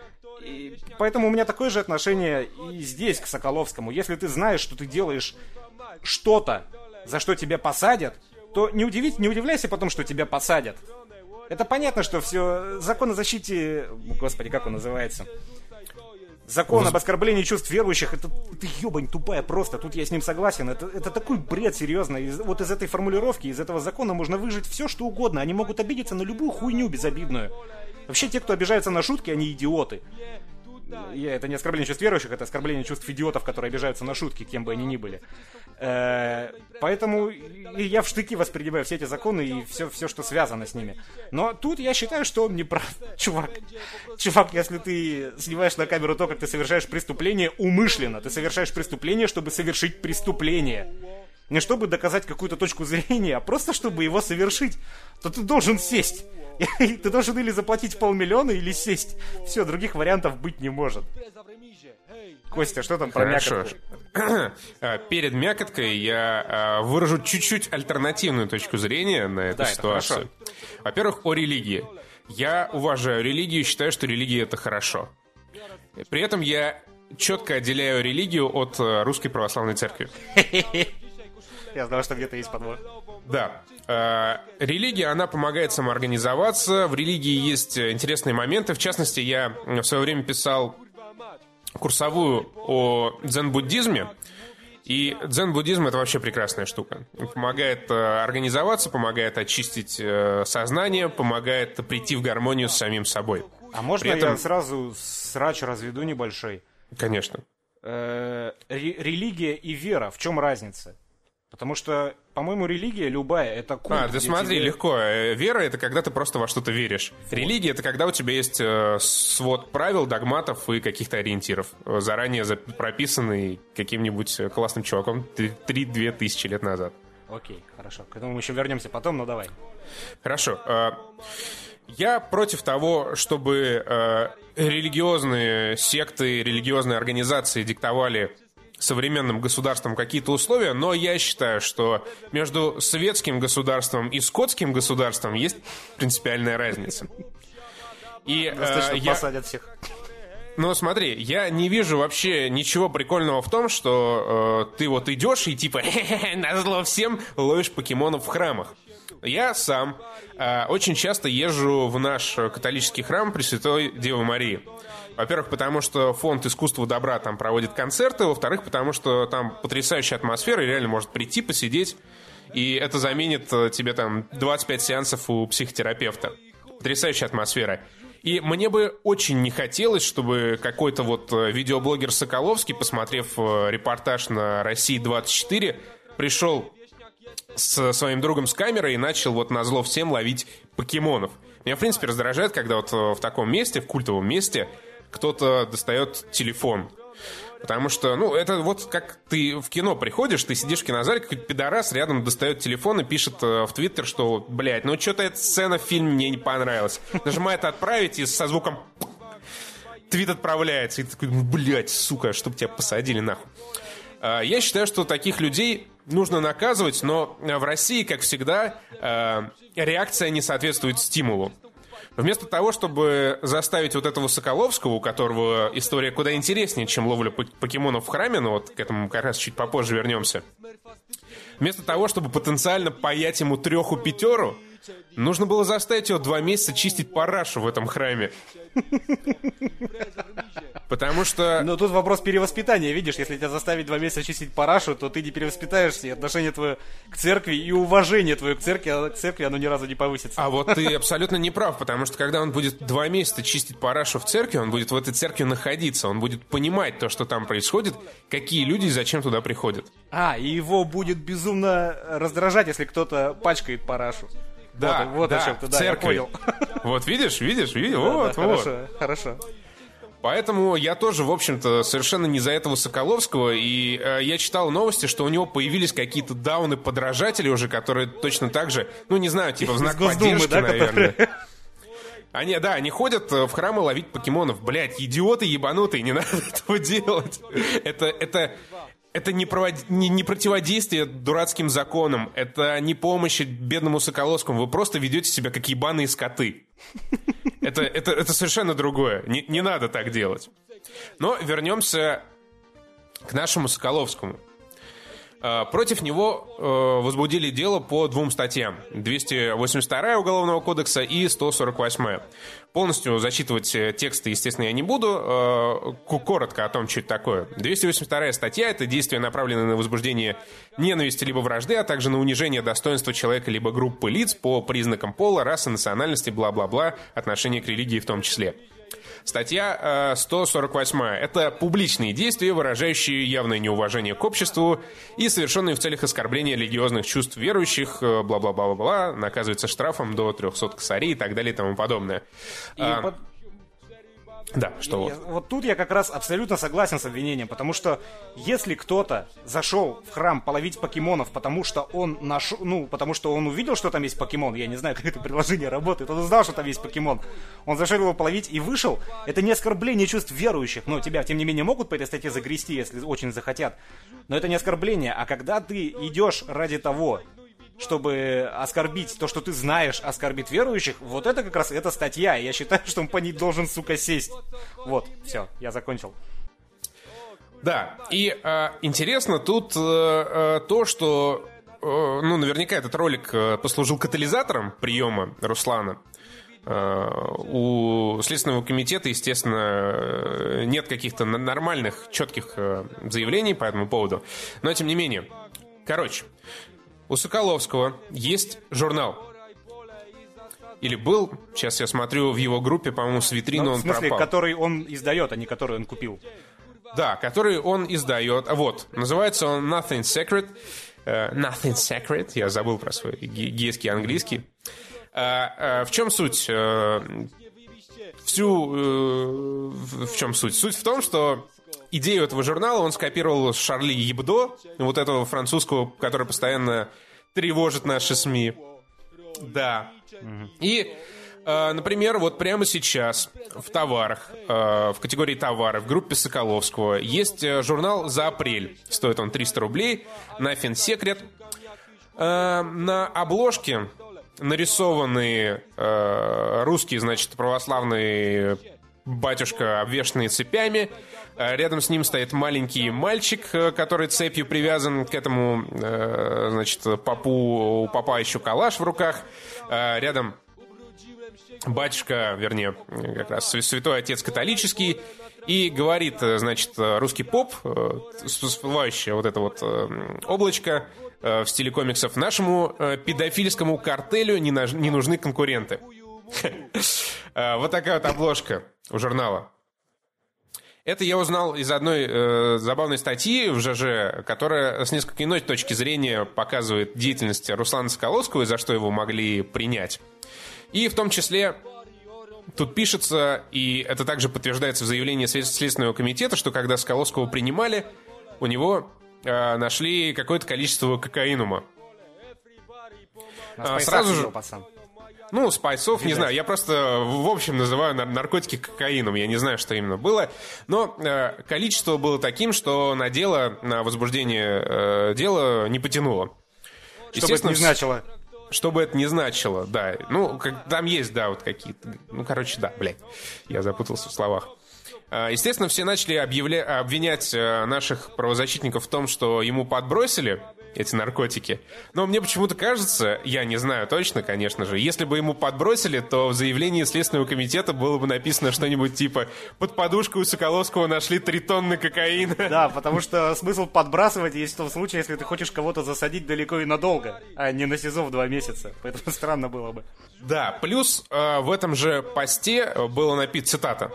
И поэтому у меня такое же отношение и здесь к Соколовскому. Если ты знаешь, что ты делаешь что-то, за что тебя посадят, то не удивляйся потом, что тебя посадят. Это понятно, что все... Закон о защите... Господи, как он называется? Закон об оскорблении чувств верующих, это ебань тупая просто. Тут я с ним согласен. Это такой бред, серьезно. Вот из этой формулировки, из этого закона можно выжить все, что угодно. Они могут обидеться на любую хуйню безобидную. Вообще, те, кто обижаются на шутки, они идиоты. Это не оскорбление чувств верующих, это оскорбление чувств идиотов, которые обижаются на шутки, кем бы они ни были. Поэтому я в штыки воспринимаю все эти законы и все, что связано с ними. Но тут я считаю, что он не прав. Чувак, если ты снимаешь на камеру то, как ты совершаешь преступление умышленно, ты совершаешь преступление, чтобы совершить преступление. Не чтобы доказать какую-то точку зрения, а просто чтобы его совершить, то ты должен сесть. Ты должен или заплатить 500 000, или сесть. Все, других вариантов быть не может. Костя, что там про мякотку? Перед мякоткой я выражу чуть-чуть альтернативную точку зрения на эту ситуацию. Во-первых, о религии. Я уважаю религию и считаю, что религия — это хорошо. При этом я четко отделяю религию от Русской Православной Церкви. Я знал, что где-то есть подвох. Да. Религия, она помогает самоорганизоваться. В религии есть интересные моменты. В частности, я в свое время писал курсовую о дзен-буддизме. И дзен-буддизм — это вообще прекрасная штука. Помогает организоваться, помогает очистить сознание, помогает прийти в гармонию с самим собой. А можно я сразу срач разведу небольшой? Конечно. Религия и вера, в чем разница? Потому что, по-моему, религия любая — это культ. Да смотри, легко. Вера — это когда ты просто во что-то веришь. Вот. Религия — это когда у тебя есть свод правил, догматов и каких-то ориентиров, заранее прописанный каким-нибудь классным чуваком 3-2 тысячи лет назад. Окей, хорошо. К этому мы еще вернемся потом, но давай. Хорошо. Я против того, чтобы религиозные секты, религиозные организации диктовали современным государством какие-то условия, но я считаю, что между советским государством и скотским государством есть принципиальная разница. И посадят всех. Ну, смотри, я не вижу вообще ничего прикольного в том, что ты вот идешь и типа назло всем ловишь покемонов в храмах. Я сам очень часто езжу в наш католический храм Пресвятой Девы Марии. Во-первых, потому что фонд искусства добра там проводит концерты. Во-вторых, потому что там потрясающая атмосфера, и реально может прийти, посидеть. И это заменит тебе там 25 сеансов у психотерапевта. Потрясающая атмосфера. И мне бы очень не хотелось, чтобы какой-то вот видеоблогер Соколовский, посмотрев репортаж на России-24, пришел с своим другом с камерой и начал вот назло всем ловить покемонов. Меня, в принципе, раздражает, когда вот в таком месте, в культовом месте, кто-то достает телефон. Потому что, ну, это вот как ты в кино приходишь, ты сидишь в кинозале, какой-то пидорас рядом достает телефон и пишет в Твиттер, что, блядь, ну что-то эта сцена в фильме мне не понравилась. Нажимает «Отправить» и со звуком твит отправляется. И ты такой, блядь, сука, чтоб тебя посадили нахуй. Я считаю, что таких людей нужно наказывать, но в России, как всегда, реакция не соответствует стимулу. Вместо того, чтобы заставить вот этого Соколовского, у которого история куда интереснее, чем ловля покемонов в храме, но вот к этому как раз чуть попозже вернемся, вместо того, чтобы потенциально паять ему 3-5, нужно было заставить его 2 месяца чистить парашу в этом храме. Потому что... Но тут вопрос перевоспитания, видишь, если тебя заставить 2 месяца чистить парашу, то ты не перевоспитаешься, и отношение твое к церкви, и уважение твое к церкви, оно ни разу не повысится. А вот ты абсолютно не прав, потому что когда он будет 2 месяца чистить парашу в церкви, он будет в этой церкви находиться, он будет понимать то, что там происходит, какие люди и зачем туда приходят. И его будет безумно раздражать, если кто-то пачкает парашу. Да, вот да, о чем ты, да, я понял. Вот видишь, да, вот. Хорошо. Поэтому я тоже, в общем-то, совершенно не за этого Соколовского. И я читал новости, что у него появились какие-то дауны-подражатели уже, которые точно так же, ну, не знаю, типа в знак поддержки, да, наверное. Они ходят в храмы ловить покемонов. Блядь, идиоты ебанутые, не надо этого делать. Это не противодействие дурацким законам, это не помощь бедному Соколовскому. Вы просто ведете себя как ебаные скоты. Это совершенно другое. Не надо так делать. Но вернемся к нашему Соколовскому. Против него возбудили дело по 2 статьям. 282 Уголовного кодекса и 148. Полностью зачитывать тексты, естественно, я не буду. Коротко о том, что это такое. 282 статья — это действия, направленные на возбуждение ненависти либо вражды, а также на унижение достоинства человека либо группы лиц по признакам пола, расы, национальности, бла-бла-бла, отношение к религии в том числе. Статья 148. Это публичные действия, выражающие явное неуважение к обществу и совершенные в целях оскорбления религиозных чувств верующих, бла-бла-бла-бла, наказывается штрафом до 300 косарей и так далее и тому подобное. Да, что вот тут я как раз абсолютно согласен с обвинением, потому что если кто-то зашел в храм половить покемонов, потому что он потому что он увидел, что там есть покемон, я не знаю, как это приложение работает, он узнал, что там есть покемон, он зашел его половить и вышел, это не оскорбление чувств верующих, но тебя, тем не менее, могут по этой статье загрести, если очень захотят, но это не оскорбление, а когда ты идешь ради того, чтобы оскорбить то, что ты знаешь, оскорбить верующих, вот это как раз эта статья. И я считаю, что он по ней должен, сука, сесть. Вот, все, я закончил. Да, и интересно тут то, что, наверняка этот ролик послужил катализатором приема Руслана. У Следственного комитета, естественно, нет каких-то нормальных, четких заявлений по этому поводу. Но, тем не менее, у Соколовского есть журнал. Или был, сейчас я смотрю в его группе, по-моему, с витрины он пропал. В смысле, который он издает, а не который он купил? Да, который он издает. Вот, называется он Nothing Secret. Nothing Secret, я забыл про свой гейский английский. В чем суть? В чем суть? Суть в том, что идею этого журнала он скопировал с Шарли Ебдо, вот этого французского, который постоянно тревожит наши СМИ. Да. И Например, вот прямо сейчас в товарах, в категории товары, в группе Соколовского есть журнал «За апрель». Стоит он 300 рублей. Nothing Secret. На обложке нарисованы русские, значит, православные батюшка, обвешанные цепями. Рядом с ним стоит маленький мальчик, который цепью привязан к этому, значит, попу. У попа еще калаш в руках. Рядом батюшка, вернее, как раз святой отец католический. И говорит, значит, русский поп, всплывающее вот это вот облачко в стиле комиксов: нашему педофильскому картелю не нужны конкуренты. Вот такая вот обложка у журнала. Это я узнал из одной забавной статьи в ЖЖ, которая с несколько иной точки зрения показывает деятельность Руслана Соколовского и за что его могли принять. И в том числе тут пишется, и это также подтверждается в заявлении Следственного комитета, что когда Соколовского принимали, у него нашли какое-то количество кокаинума. Сразу же, пацан. Ну, спайсов, не знаю, я просто в общем называю наркотики кокаином, я не знаю, что именно было, но количество было таким, что на дело, на возбуждение дела не потянуло. Что бы это ни значило. Что бы это ни значило, да. Ну, там есть, да, вот какие-то... Ну, короче, да, блядь, я запутался в словах. Естественно, все начали обвинять наших правозащитников в том, что ему подбросили эти наркотики. Но мне почему-то кажется, я не знаю точно, конечно же, если бы ему подбросили, то в заявлении Следственного комитета было бы написано что-нибудь типа: под подушкой у Соколовского нашли 3 тонны кокаина. Да, потому что смысл подбрасывать есть в том случае, если ты хочешь кого-то засадить далеко и надолго, а не на СИЗО в 2 месяца. Поэтому странно было бы. Да, плюс в этом же посте было написано, цитата,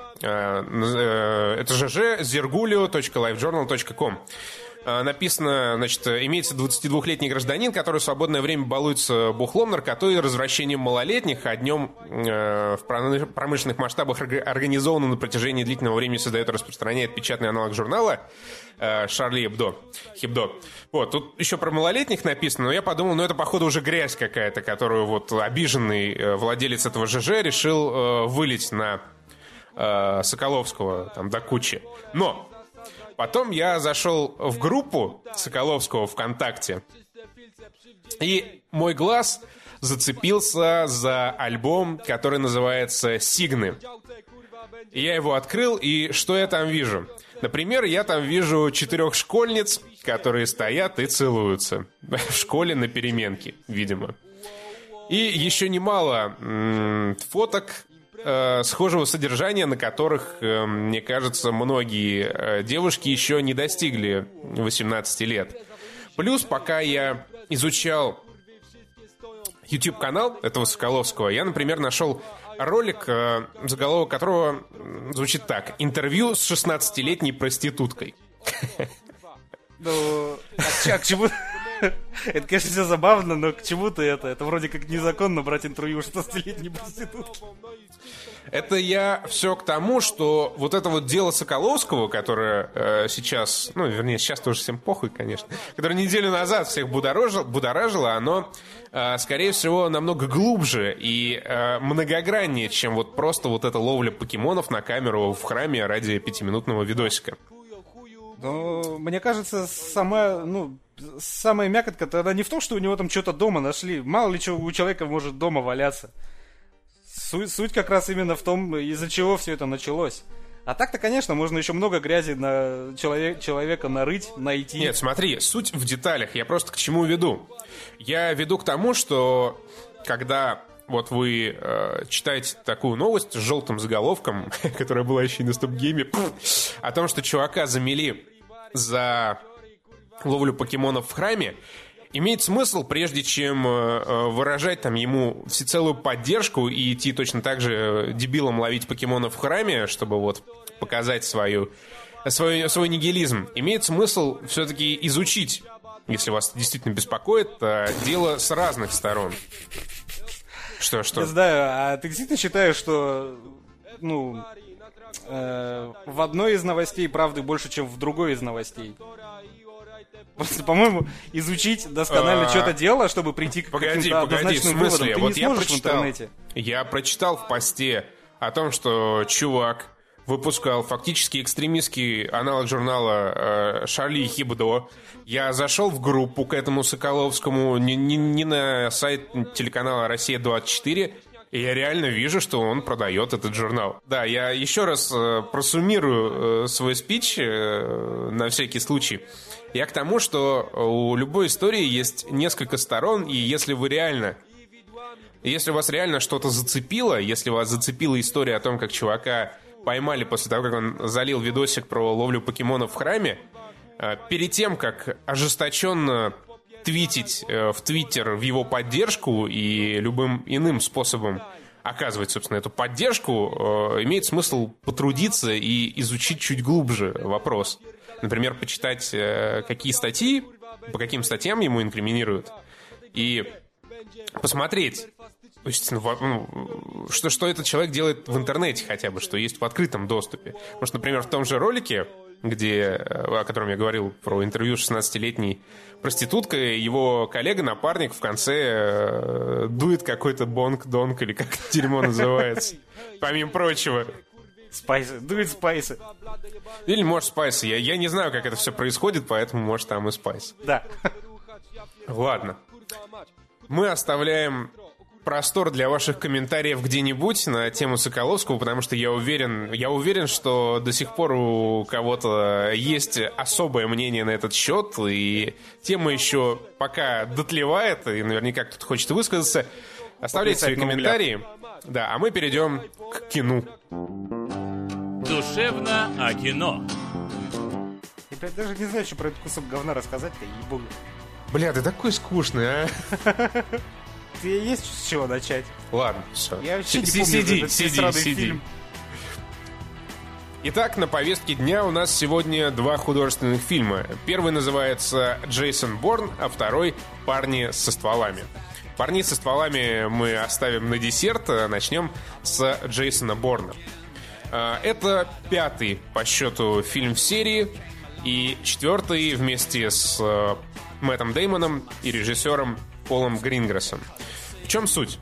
это ЖЖ zergulio.lifejournal.com. Написано, значит, имеется 22-летний гражданин, который в свободное время балуется бухлом, наркотой и развращением малолетних, а днем в промышленных масштабах организованно на протяжении длительного времени создает и распространяет печатный аналог журнала Шарли Хебдо. Вот, тут еще про малолетних написано, но я подумал, ну это, походу, уже грязь какая-то, которую вот обиженный владелец этого ЖЖ решил вылить на Соколовского там до кучи. Но потом я зашел в группу Соколовского ВКонтакте, и мой глаз зацепился за альбом, который называется «Сигны». Я его открыл, и что я там вижу? Например, я там вижу 4 школьниц, которые стоят и целуются в школе на переменке, видимо. И еще немало фоток схожего содержания, на которых, мне кажется, многие девушки еще не достигли 18 лет. Плюс, пока я изучал YouTube-канал этого Соколовского, я, например, нашел ролик, заголовок которого звучит так: «Интервью с 16-летней проституткой». Ну, а к чему... Это, конечно, все забавно, но к чему-то это? Это вроде как незаконно брать интервью у 16-летней проститутки. Это я все к тому, что вот это вот дело Соколовского, которое сейчас, ну, вернее, сейчас тоже всем похуй, конечно, которое неделю назад всех будоражило, оно, скорее всего, намного глубже и многограннее, чем вот просто вот эта ловля покемонов на камеру в храме ради 5-минутного видосика. Ну, мне кажется, самая мякотка тогда не в том, что у него там что-то дома нашли. Мало ли что у человека может дома валяться. Суть как раз именно в том, из-за чего все это началось. А так-то, конечно, можно еще много грязи на человека нарыть, найти. Нет, смотри, суть в деталях. Я просто к чему веду? Я веду к тому, что когда вот вы читаете такую новость с желтым заголовком, которая была еще и на Стоп-гейме, о том, что чувака замели за ловлю покемонов в храме, имеет смысл, прежде чем выражать там ему всецелую поддержку и идти точно так же дебилом ловить покемонов в храме, чтобы вот показать свой нигилизм, имеет смысл все-таки изучить, если вас действительно беспокоит, дело с разных сторон. Что? Не знаю, а ты действительно считаешь, что в одной из новостей правды больше, чем в другой из новостей? Просто, по-моему, изучить досконально что-то дело, чтобы прийти к каким-то однозначным выводам, ты не сможешь в интернете. Я прочитал в посте о том, что чувак выпускал фактически экстремистский аналог журнала «Шарли и Хебдо». Я зашел в группу к этому Соколовскому, не на сайт телеканала «Россия-24», и я реально вижу, что он продает этот журнал. Да, я еще раз просуммирую свой спич на всякий случай. Я к тому, что у любой истории есть несколько сторон, и если вас реально что-то зацепило, если вас зацепила история о том, как чувака поймали после того, как он залил видосик про ловлю покемонов в храме, перед тем, как ожесточенно твитить в Твиттер в его поддержку и любым иным способом оказывать, собственно, эту поддержку, имеет смысл потрудиться и изучить чуть глубже вопрос. Например, почитать, какие статьи, по каким статьям ему инкриминируют, и посмотреть, что этот человек делает в интернете хотя бы, что есть в открытом доступе. Потому что, например, в том же ролике, о котором я говорил, про интервью с 16-летней проституткой, его коллега-напарник в конце дует какой-то бонг-донг, или как это дерьмо называется, помимо прочего. Спайсы, дует спайсы. Или, может, спайсы. Я не знаю, как это все происходит, поэтому, может, там и спайс. Да. Ладно. Мы оставляем простор для ваших комментариев где-нибудь на тему Соколовского, потому что я уверен, что до сих пор у кого-то есть особое мнение на этот счет, и тема еще пока дотлевает, и наверняка кто-то хочет высказаться. Оставляйте свои комментарии. Да, а мы перейдем к кино. Душевно о кино. Я даже не знаю, что про этот кусок говна рассказать-то, ебу. Бля, ты такой скучный, а? Есть с чего начать? Ладно, все. Я вообще не помню Сиди. фильм. Итак, на повестке дня у нас сегодня два художественных фильма. Первый называется «Джейсон Борн», а второй «Парни со стволами». «Парни со стволами» мы оставим на десерт, а начнем с Джейсона Борна. Это пятый по счету фильм в серии и четвертый вместе с Мэттом Деймоном и режиссером Полом Гринграссом. В чем суть?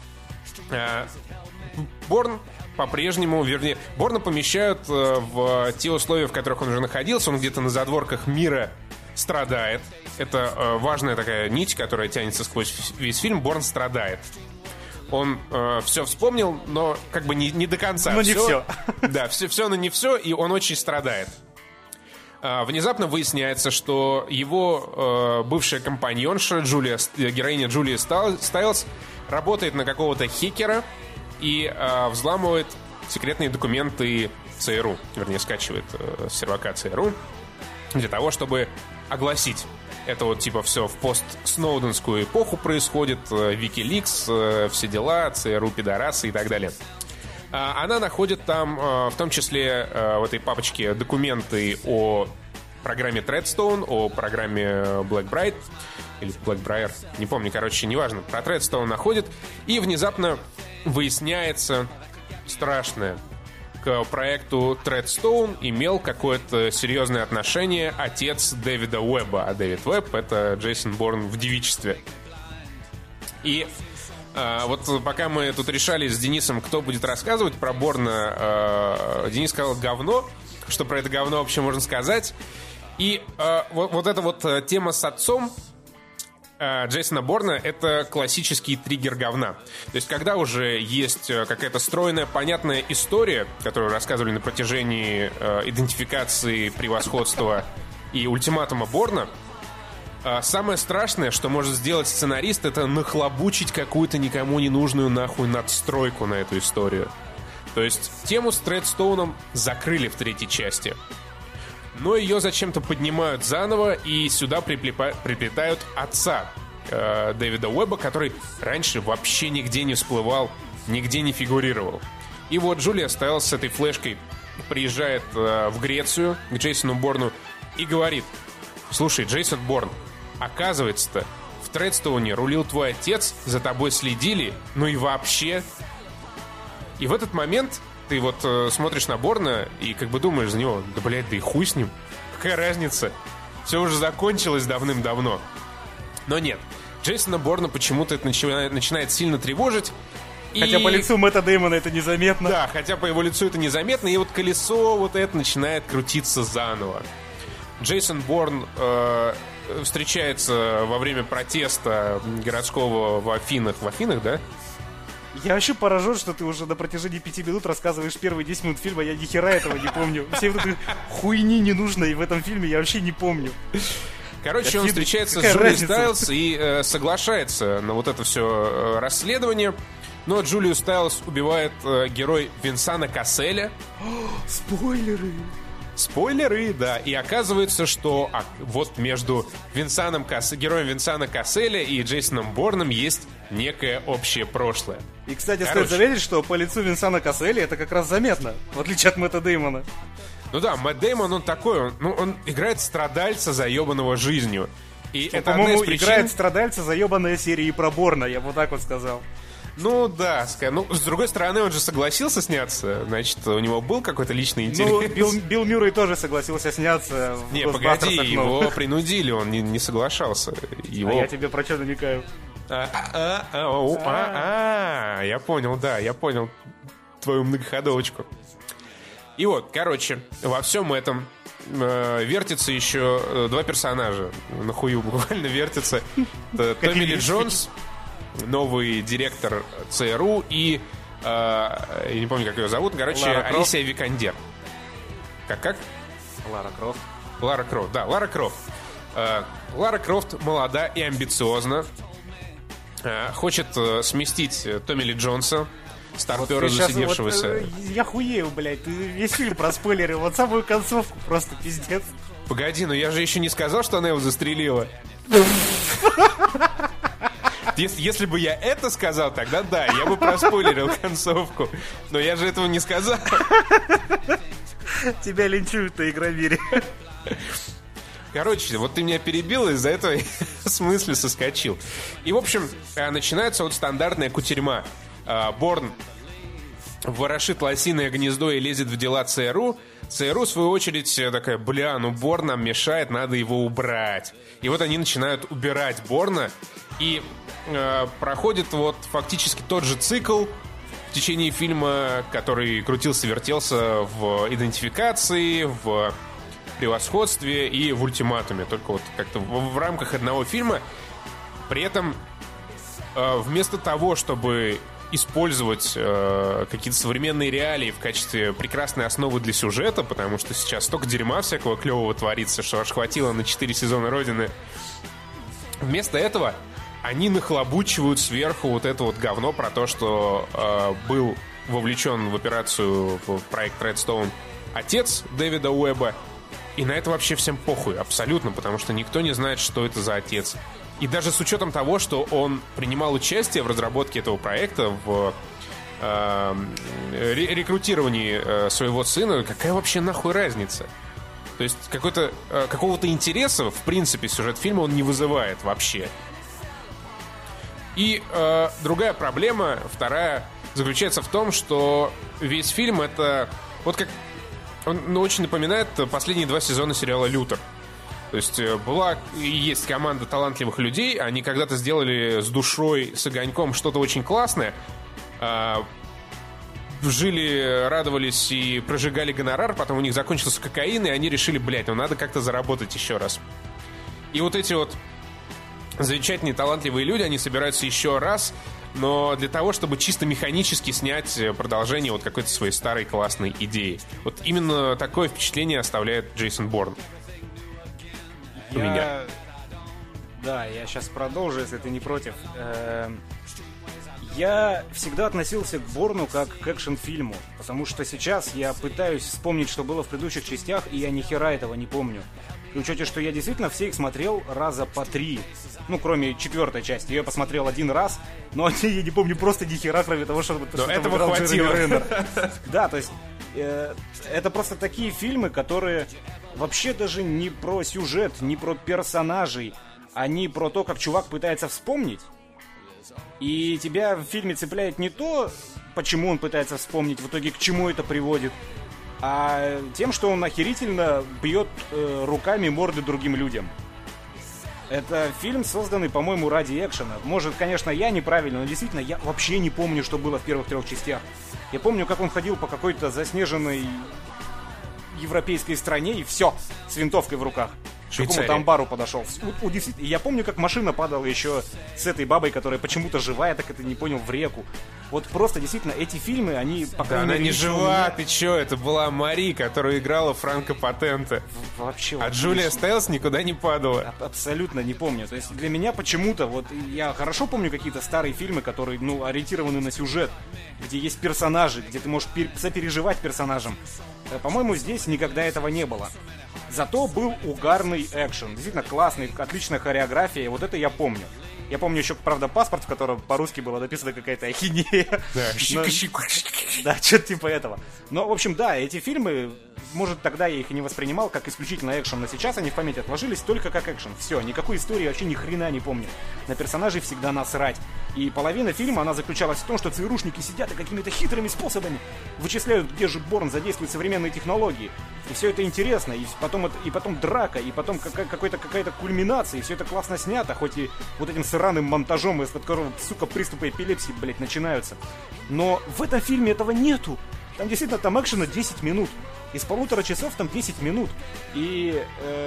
Борн по-прежнему, Борна помещают в те условия, в которых он уже находился. Он где-то на задворках мира страдает. Это важная такая нить, которая тянется сквозь весь фильм. Борн страдает. Он все вспомнил, но как бы не до конца. Но не все. Да, все, но не все, и он очень страдает. Внезапно выясняется, что его бывшая компаньонша, героиня Джулия Стайлз, работает на какого-то хакера и взламывает секретные документы ЦРУ. Вернее, скачивает с сервака ЦРУ для того, чтобы огласить. Это вот типа все в пост-сноуденскую эпоху происходит, Wikileaks, все дела, ЦРУ, пидорасы и так далее. Она находит там, в том числе в этой папочке, документы о программе Treadstone, о программе Blackbriar, или Blackbriar, не помню, короче, неважно. Про Treadstone находит, и внезапно выясняется страшное. К проекту Treadstone имел какое-то серьезное отношение отец Дэвида Уэбба. А Дэвид Уэбб — это Джейсон Борн в девичестве. И вот пока мы тут решали с Денисом, кто будет рассказывать про Борна, Денис сказал говно. Что про это говно вообще можно сказать? И вот эта вот тема с отцом Джейсона Борна — это классический триггер говна. То есть когда уже есть какая-то стройная, понятная история, которую рассказывали на протяжении идентификации, превосходства и ультиматума Борна, самое страшное, что может сделать сценарист, это нахлобучить какую-то никому не нужную нахуй надстройку на эту историю. То есть тему с Treadstone'ом закрыли в третьей части, но ее зачем-то поднимают заново и сюда приплетают отца Дэвида Уэбба, который раньше вообще нигде не всплывал, нигде не фигурировал. И вот Джулия Стайлз с этой флешкой приезжает в Грецию к Джейсону Борну и говорит: слушай, Джейсон Борн, оказывается-то в Treadstone рулил твой отец, за тобой следили, ну и вообще. И в этот момент ты вот смотришь на Борна и как бы думаешь за него: да, блядь, да и хуй с ним, какая разница? все уже закончилось давным-давно. Но нет, Джейсона Борна почему-то это начинает сильно тревожить. Хотя по лицу Мэтта Дэймона это незаметно. Да, хотя по его лицу это незаметно, и вот колесо вот это начинает крутиться заново. Джейсон Борн встречается во время протеста городского в Афинах. В Афинах, да? Я вообще поражен, что ты уже на протяжении 5 минут рассказываешь первые 10 минут фильма, я ни хера этого не помню. Все вот этой хуйни ненужной в этом фильме я вообще не помню. Короче, он встречается с Джулией Стайлз и соглашается на вот это все расследование. Но Джулию Стайлз убивает герой Винсана Касселя. Спойлеры! Спойлеры, да. И оказывается, что вот между героем Винсана Касселя и Джейсоном Борном есть некое общее прошлое. И, кстати, стоит заметить, что по лицу Винсана Касселя это как раз заметно, в отличие от Мэтта Дэймона. Ну да, Мэтт Дэймон, он такой, он играет страдальца, заебанного жизнью. И он, это по-моему, играет страдальца, заебанная серии про Борна, я бы вот так вот сказал. Ну да, ну с другой стороны, он же согласился сняться, значит, у него был какой-то личный интерес. Ну, Билл Мюррей тоже согласился сняться в Не, погоди, его принудили, он не соглашался. А я тебе про что намекаю? Я понял, да, я понял твою многоходовочку. И вот, короче, во всем этом вертится еще два персонажа. На хую буквально вертится. Томми Ли Джонс, новый директор ЦРУ, и я не помню, как ее зовут. Короче, Алисия Викандер. Как? Лара Крофт. Лара Крофт, да, Лара Крофт. Лара Крофт молода и амбициозна. Хочет сместить Томми Ли Джонса, стартера, вот засидевшегося. Я хуею, блядь, ты весь фильм проспойлерил. Вот самую концовку просто пиздец. Погоди, но я же еще не сказал, что она его застрелила. Если бы я это сказал, тогда да, я бы проспойлерил концовку. Но я же этого не сказал. Тебя линчуют на Игромире. Короче, вот ты меня перебил, из-за этого я в смысле соскочил. И, в общем, начинается вот стандартная кутерьма. Борн ворошит лосиное гнездо и лезет в дела ЦРУ. ЦРУ, в свою очередь, такая, ну Борн нам мешает, надо его убрать. И вот они начинают убирать Борна. И проходит вот фактически тот же цикл в течение фильма, который крутился-вертелся в идентификации, в превосходстве и в ультиматуме. Только вот как-то в рамках одного фильма. При этом вместо того, чтобы использовать какие-то современные реалии в качестве прекрасной основы для сюжета, потому что сейчас столько дерьма всякого клевого творится, что аж хватило на 4 сезона Родины. Вместо этого они нахлобучивают сверху вот это вот говно про то, что был вовлечен в операцию, в проект Redstone отец Дэвида Уэбба. И на это вообще всем похуй, абсолютно, потому что никто не знает, что это за отец. И даже с учетом того, что он принимал участие в разработке этого проекта, в рекрутировании своего сына, какая вообще нахуй разница? То есть какого-то интереса, в принципе, сюжет фильма он не вызывает вообще. И другая проблема, вторая, заключается в том, что весь фильм это... Вот как... Он очень напоминает последние 2 сезона сериала «Лютер». То есть была и есть команда талантливых людей, они когда-то сделали с душой, с огоньком что-то очень классное, жили, радовались и прожигали гонорар, потом у них закончился кокаин, и они решили, ну надо как-то заработать еще раз. И вот эти вот замечательные талантливые люди, они собираются еще раз, но для того, чтобы чисто механически снять продолжение вот какой-то своей старой классной идеи. Вот именно такое впечатление оставляет Джейсон Борн. У меня. Да, я сейчас продолжу, если ты не против. Я всегда относился к Борну как к экшн-фильму, потому что сейчас я пытаюсь вспомнить, что было в предыдущих частях, и я ни хера этого не помню. При учете, что я действительно все их смотрел раза по 3. Ну, кроме 4-й части. Я посмотрел 1 раз, но я не помню просто ни хера, кроме того, что этого хватило. Да, то есть это просто такие фильмы, которые вообще даже не про сюжет, не про персонажей, они про то, как чувак пытается вспомнить. И тебя в фильме цепляет не то, почему он пытается вспомнить, в итоге к чему это приводит, а тем, что он охерительно бьет руками морды другим людям. Это фильм, созданный, по-моему, ради экшена. Может, конечно, я неправильно, но действительно, я вообще не помню, что было в первых 3 частях. Я помню, как он ходил по какой-то заснеженной европейской стране, и все, с винтовкой в руках. К какому-то амбару подошел. Действительно, я помню, как машина падала еще с этой бабой, которая почему-то живая, так это не понял, в реку. Вот просто, действительно, эти фильмы, они... Да она не жива, ты чё? Это была Мари, которая играла Франко Потенте. Вообще. А Джулия Стайлс никуда не падала. Абсолютно не помню. То есть для меня почему-то, вот я хорошо помню какие-то старые фильмы, которые, ориентированы на сюжет, где есть персонажи, где ты можешь сопереживать персонажам. По-моему, здесь никогда этого не было. Зато был угарный экшен. Действительно классный, отличная хореография. Вот это я помню. Я помню еще, правда, паспорт, в котором по-русски было написано какая-то ахинея. Да, что-то типа этого. Но, в общем, да, эти фильмы, может, тогда я их и не воспринимал как исключительно экшен, но сейчас они в памяти отложились только как экшен. Все, никакой истории вообще ни хрена не помню. На персонажей всегда насрать. И половина фильма, она заключалась в том, что ЦРУшники сидят и какими-то хитрыми способами вычисляют, где же Борн задействует современные технологии. И все это интересно, и потом драка, и потом какая-то кульминация, и все это классно снято, хоть и вот этим сраным монтажом, из-под которого, сука, приступы эпилепсии, блять, начинаются. Но в этом фильме этого нету. Там действительно, там экшена 10 минут. Из 1,5 часов там 10 минут. И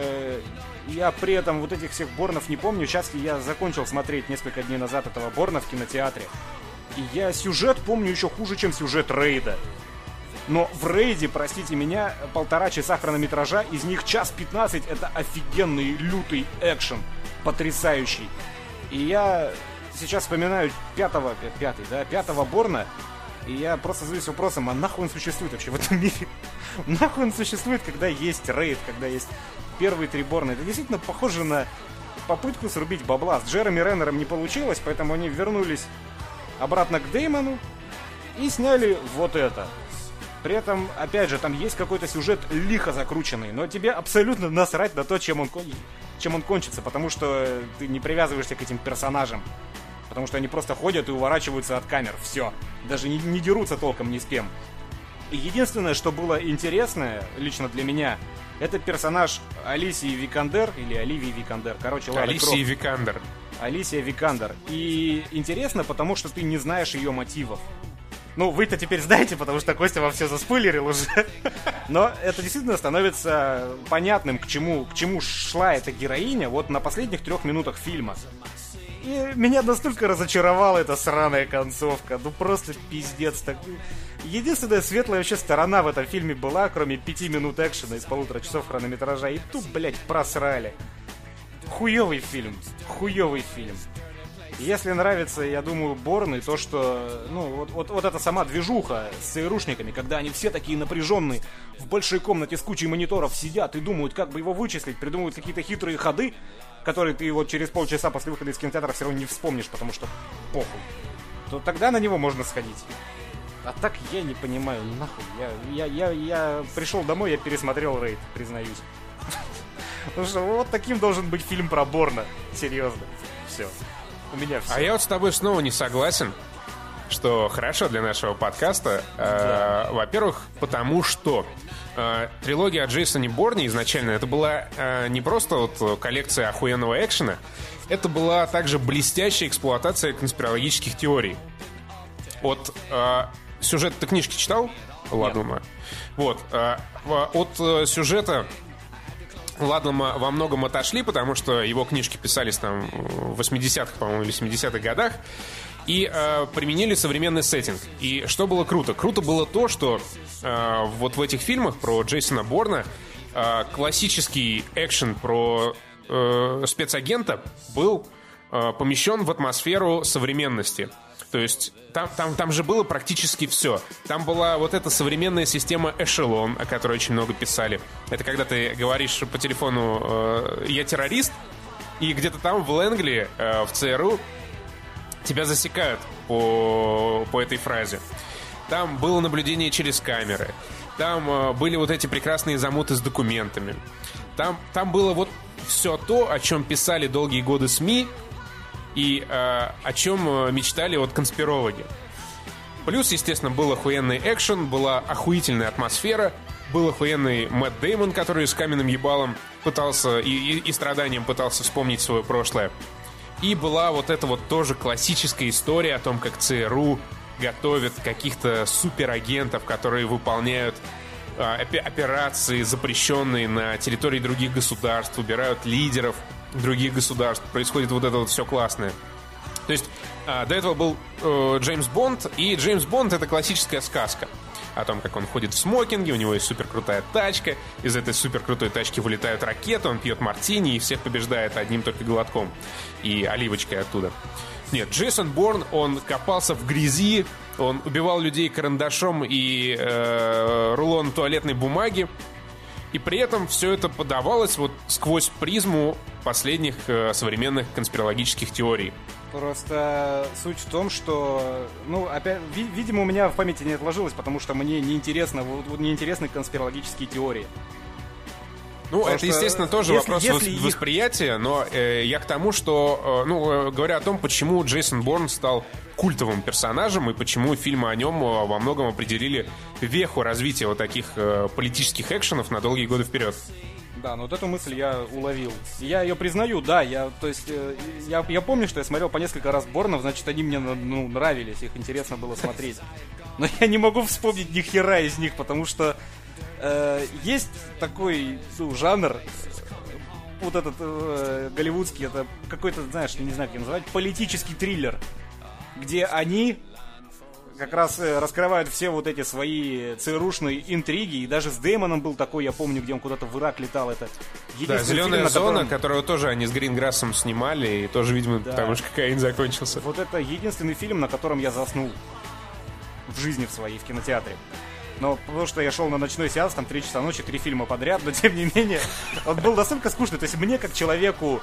я при этом вот этих всех Борнов не помню. Сейчас я закончил смотреть несколько дней назад этого Борна в кинотеатре. И я сюжет помню еще хуже, чем сюжет Рейда. Но в Рейде, простите меня, 1,5 часа хронометража, из них 1:15 это офигенный, лютый экшен. Потрясающий. И я сейчас вспоминаю пятого Борна, и я просто задаюсь вопросом, а нахуй он существует вообще в этом мире? Нахуй он существует, когда есть Рейд, когда есть первые 3 Борна? Это действительно похоже на попытку срубить бабла. С Джереми Реннером не получилось, поэтому они вернулись обратно к Деймону и сняли вот это. При этом, опять же, там есть какой-то сюжет лихо закрученный, но тебе абсолютно насрать на то, чем он кончится, потому что ты не привязываешься к этим персонажам. Потому что они просто ходят и уворачиваются от камер. Все. Даже не дерутся толком ни с кем. И единственное, что было интересное, лично для меня, это персонаж Алисии Викандер, или Оливии Викандер. Короче, Лара Крофт. Алисия Викандер. Алисия Викандер. И интересно, потому что ты не знаешь ее мотивов. Ну, вы-то теперь знаете, потому что Костя вам все заспойлерил уже. Но это действительно становится понятным, к чему шла эта героиня вот на последних 3 минутах фильма. И меня настолько разочаровала эта сраная концовка. Ну просто пиздец. Единственная светлая вообще сторона в этом фильме была, кроме 5 минут экшена из 1,5 часов хронометража. И тут, блять, просрали. Хуёвый фильм. Если нравится, я думаю, Борн, и то, что, вот эта сама движуха с ЦРУшниками, когда они все такие напряженные, в большой комнате с кучей мониторов сидят и думают, как бы его вычислить, придумывают какие-то хитрые ходы, которые ты вот через полчаса после выхода из кинотеатра все равно не вспомнишь, потому что похуй, то тогда на него можно сходить. А так я не понимаю, нахуй. Я пришел домой, я пересмотрел Рейд, признаюсь. Потому что вот таким должен быть фильм про Борна. Серьезно. Все. У меня все. А я вот с тобой снова не согласен, что хорошо для нашего подкаста. Да. Во-первых, потому что трилогия о Джейсоне Борне изначально это была не просто вот коллекция охуенного экшена, это была также блестящая эксплуатация конспирологических теорий. Вот сюжет ты книжки читал? Ладно. Вот. От сюжета Ладлома во многом отошли, потому что его книжки писались там в 80-х, по-моему, или 70-х годах, и применили современный сеттинг. И что было круто? Круто было то, что вот в этих фильмах про Джейсона Борна классический экшен про спецагента был помещен в атмосферу современности. То есть там же было практически все. Там была вот эта современная система эшелон, о которой очень много писали. Это когда ты говоришь по телефону «я террорист», и где-то там в Лэнгли, в ЦРУ, тебя засекают по этой фразе. Там было наблюдение через камеры. Там были вот эти прекрасные замуты с документами. Там было вот все то, о чем писали долгие годы СМИ, и о чем мечтали вот конспирологи. Плюс, естественно, был охуенный экшен, была охуительная атмосфера, Был охуенный Мэтт Дэймон, который с каменным ебалом пытался и страданием пытался вспомнить свое прошлое. И была вот эта вот тоже классическая история о том, как ЦРУ готовит каких-то суперагентов, которые выполняют операции, запрещенные на территории других государств, убирают лидеров других государств. Происходит вот это вот все классное. То есть до этого был Джеймс Бонд, и Джеймс Бонд — это классическая сказка о том, как он ходит в смокинге, у него есть суперкрутая тачка, из этой суперкрутой тачки вылетают ракеты, он пьет мартини и всех побеждает одним только глотком и оливочкой оттуда. Нет, Джейсон Борн, он копался в грязи, он убивал людей карандашом и рулоном туалетной бумаги, и при этом все это подавалось вот сквозь призму последних современных конспирологических теорий. Просто суть в том, что, ну, опять, видимо, у меня в памяти не отложилось, потому что мне неинтересны конспирологические теории. Ну, потому это, естественно, тоже вопрос восприятия, но я к тому, что, говоря о том, почему Джейсон Борн стал культовым персонажем и почему фильмы о нем во многом определили веху развития вот таких политических экшенов на долгие годы вперед. Да, но вот эту мысль я уловил. Я ее признаю, да, я помню, что я смотрел по несколько раз Борнов, значит, они мне нравились, их интересно было смотреть. Но я не могу вспомнить ни хера из них, потому что есть такой жанр, вот этот голливудский, это какой-то, знаешь, не знаю, как его называть, политический триллер, где они как раз раскрывают все вот эти свои ЦРУшные интриги. И даже с Дэймоном был такой, я помню, где он куда-то в Ирак летал. Это да, «Зеленая зона», которую тоже они с Гринграссом снимали. И тоже, видимо, да, потому что кокаин закончился. Вот это единственный фильм, на котором я заснул в жизни в своей, в кинотеатре. Но потому что я шел на ночной сеанс, там 3 часа ночи, 3 фильма подряд. Но тем не менее, он был настолько скучный. То есть мне, как человеку,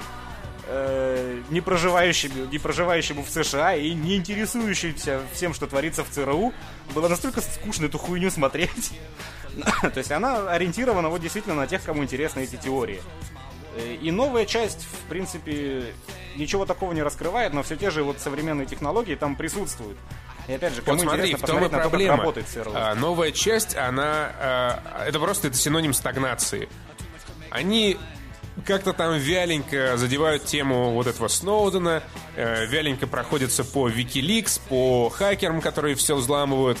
не проживающему в США и не интересующимся всем, что творится в ЦРУ, было настолько скучно эту хуйню смотреть. То есть она ориентирована вот действительно на тех, кому интересны эти теории. И новая часть, в принципе, ничего такого не раскрывает, но все те же вот современные технологии там присутствуют. И опять же, кому вот смотри, интересно посмотреть на то, как работает ЦРУ. Новая часть, она... это синоним стагнации. Они... как-то там вяленько задевают тему вот этого Сноудена, вяленько проходятся по Wikileaks, по хакерам, которые все взламывают.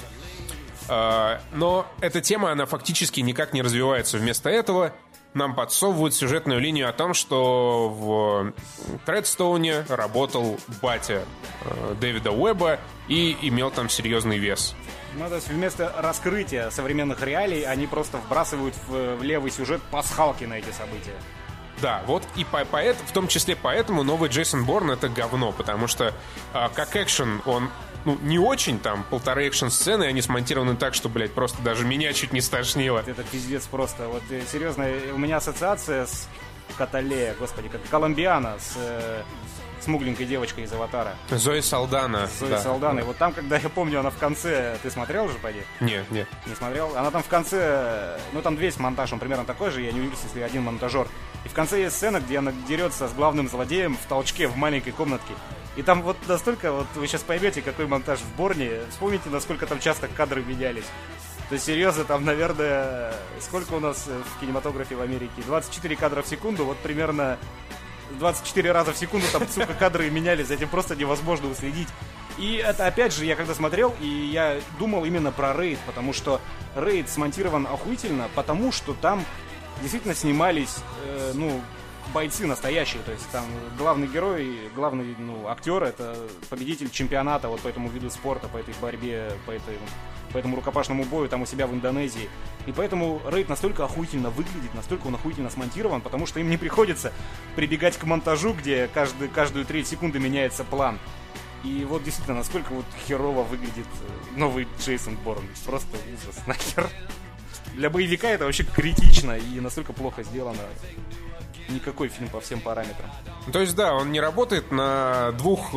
Но эта тема, она фактически никак не развивается. Вместо этого нам подсовывают сюжетную линию о том, что в Тредстоуне работал батя Дэвида Уэбба и имел там серьезный вес. Ну, то есть вместо раскрытия современных реалий они просто вбрасывают в левый сюжет пасхалки на эти события. Да, вот и в том числе поэтому новый Джейсон Борн — это говно, потому что как экшен он не очень, там 1,5 экшн-сцены, они смонтированы так, что, блядь, просто даже меня чуть не стошнило. Это пиздец просто. Вот серьезно, у меня ассоциация с Каталея, господи, как Колумбиана с смугленькой девочкой из «Аватара». Зои Салдана. Зои Салдана. И вот там, когда, я помню, она в конце... Ты смотрел уже, поди? Нет. Не смотрел? Она там в конце... Ну, там весь монтаж, он примерно такой же, я не удивлюсь, если один монтажер. И в конце есть сцена, где она дерется с главным злодеем в толчке в маленькой комнатке. И там вот настолько... Вот вы сейчас поймете, какой монтаж в Борне. Вспомните, насколько там часто кадры менялись. То есть, серьезно, там, наверное... Сколько у нас в кинематографе в Америке? 24 кадра в секунду, вот примерно... 24 раза в секунду там, сука, кадры менялись, за этим просто невозможно уследить. И это, опять же, я когда смотрел, и я думал именно про Рейд, потому что Рейд смонтирован охуительно, потому что там действительно снимались, бойцы настоящие, то есть там главный герой, главный, актер, это победитель чемпионата вот по этому виду спорта, по этой борьбе, по этому рукопашному бою там у себя в Индонезии. И поэтому Рейд настолько охуительно выглядит, настолько он охуительно смонтирован, потому что им не приходится прибегать к монтажу, где каждую треть секунды меняется план. И вот действительно, насколько вот херово выглядит новый Джейсон Борн. Просто ужас нахер. Для боевика это вообще критично и настолько плохо сделано. Никакой фильм по всем параметрам. То есть, да, он не работает на двух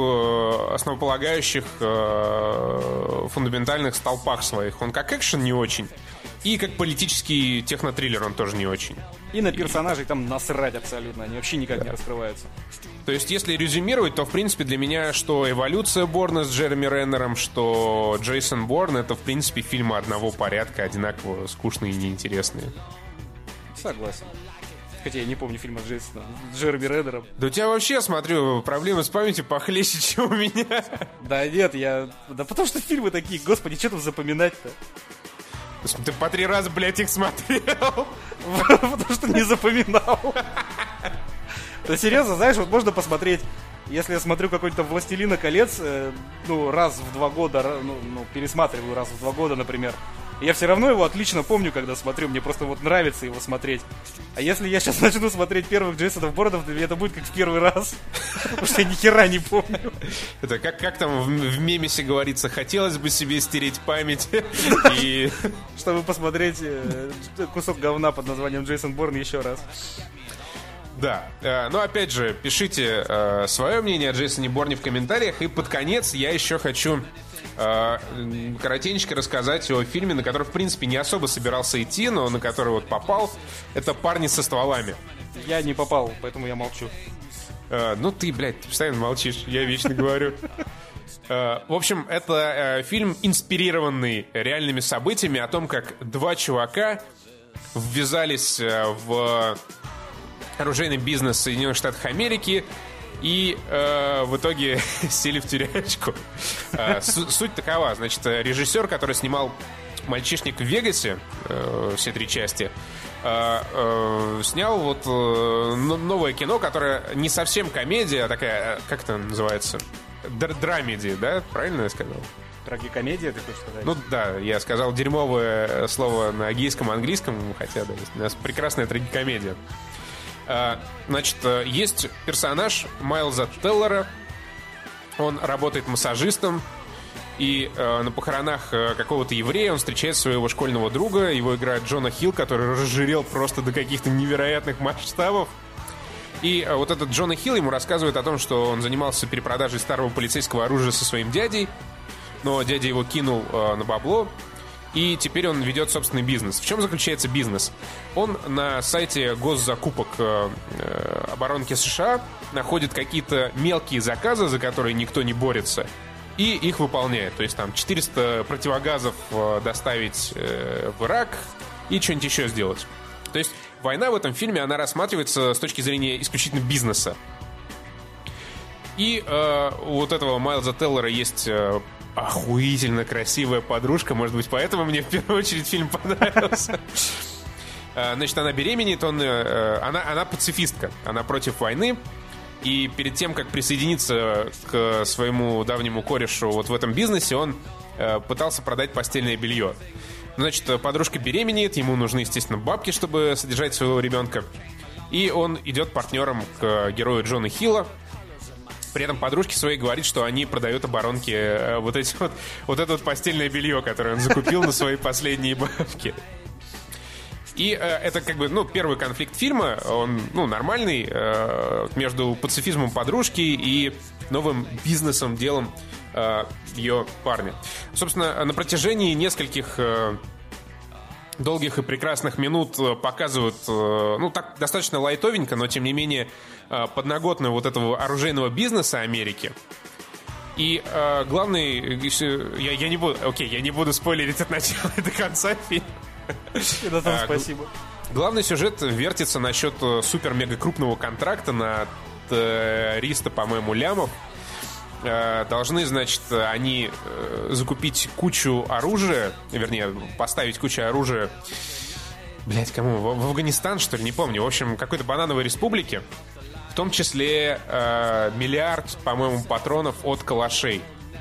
основополагающих фундаментальных столпах своих. Он как экшен не очень, И как политический технотриллер он тоже не очень. И на персонажей там насрать абсолютно, они вообще никак не раскрываются. То есть, если резюмировать, то, в принципе, для меня что «Эволюция Борна» с Джереми Реннером, что «Джейсон Борн» — это, в принципе, фильмы одного порядка, одинаково скучные и неинтересные. Согласен. Хотя я не помню фильма с Джереми Реннером. Да у тебя вообще, смотрю, проблемы с памятью похлеще, чем у меня. Да нет, Да потому что фильмы такие, господи, что там запоминать-то? Ты по 3 раза, блядь, их смотрел. Потому что не запоминал. Да серьезно, знаешь, вот можно посмотреть, если я смотрю какой-то «Властелина колец», раз в 2 года, пересматриваю раз в 2 года, например, я все равно его отлично помню, когда смотрю, мне просто вот нравится его смотреть. А если я сейчас начну смотреть первых Джейсонов Борнов, то это будет как в первый раз, потому что я ни хера не помню. Это как там в мемесе говорится, хотелось бы себе стереть память и... Чтобы посмотреть кусок говна под названием Джейсон Борн еще раз. Да, но опять же, пишите свое мнение о Джейсоне Борне в комментариях. И под конец я еще хочу коротенько рассказать о фильме, на который, в принципе, не особо собирался идти, но на который вот попал. Это «Парни со стволами». Я не попал, поэтому я молчу. Ну ты, блядь, постоянно молчишь, я вечно говорю. В общем, это фильм, инспирированный реальными событиями о том, как 2 чувака ввязались в оружейный бизнес Соединенных Штатов Америки и в итоге сели в тюрячку. Суть такова. Значит, режиссер, который снимал «Мальчишник в Вегасе», все 3 части, снял вот новое кино, которое не совсем комедия, а такая, как это называется? Драмеди, да? Правильно я сказал? Трагикомедия, ты хочешь сказать? Ну да, я сказал дерьмовое слово на гейском и английском, хотя да, у нас прекрасная трагикомедия. Значит, есть персонаж Майлза Теллера. Он работает массажистом. И на похоронах какого-то еврея он встречает своего школьного друга. Его играет Джона Хилл, который разжирел просто до каких-то невероятных масштабов. И вот этот Джона Хилл ему рассказывает о том, что он занимался перепродажей старого полицейского оружия со своим дядей. Но дядя его кинул на бабло. И теперь он ведет собственный бизнес. В чем заключается бизнес? Он на сайте госзакупок оборонки США находит какие-то мелкие заказы, за которые никто не борется, и их выполняет. То есть там 400 противогазов доставить в Ирак и что-нибудь еще сделать. То есть война в этом фильме, она рассматривается с точки зрения исключительно бизнеса. И у вот этого Майлза Теллера есть... охуительно красивая подружка. Может быть, поэтому мне в первую очередь фильм понравился. Значит, она беременеет, она пацифистка, она против войны. И перед тем, как присоединиться к своему давнему корешу вот в этом бизнесе, он пытался продать постельное белье. Значит, подружка беременеет, ему нужны, естественно, бабки, чтобы содержать своего ребенка. И он идет партнером к герою Джона Хилла. При этом подружке своей говорит, что они продают оборонки вот это постельное белье, которое он закупил на свои последние бабки. И это как бы, первый конфликт фильма, он, нормальный, между пацифизмом подружки и новым бизнесом, делом ее парня. Собственно, на протяжении нескольких долгих и прекрасных минут показывают, так достаточно лайтовенько, но тем не менее подноготную вот этого оружейного бизнеса Америки. И главный, я не буду спойлерить от начала до конца фильма. Спасибо. Главный сюжет вертится насчет супер-мега крупного контракта на 300, по-моему, лямов. Должны, значит, они закупить кучу оружия, вернее, поставить кучу оружия, кому? В Афганистан, что ли, не помню. В общем, какой-то банановой республике. В том числе миллиард, по-моему, патронов от калашей.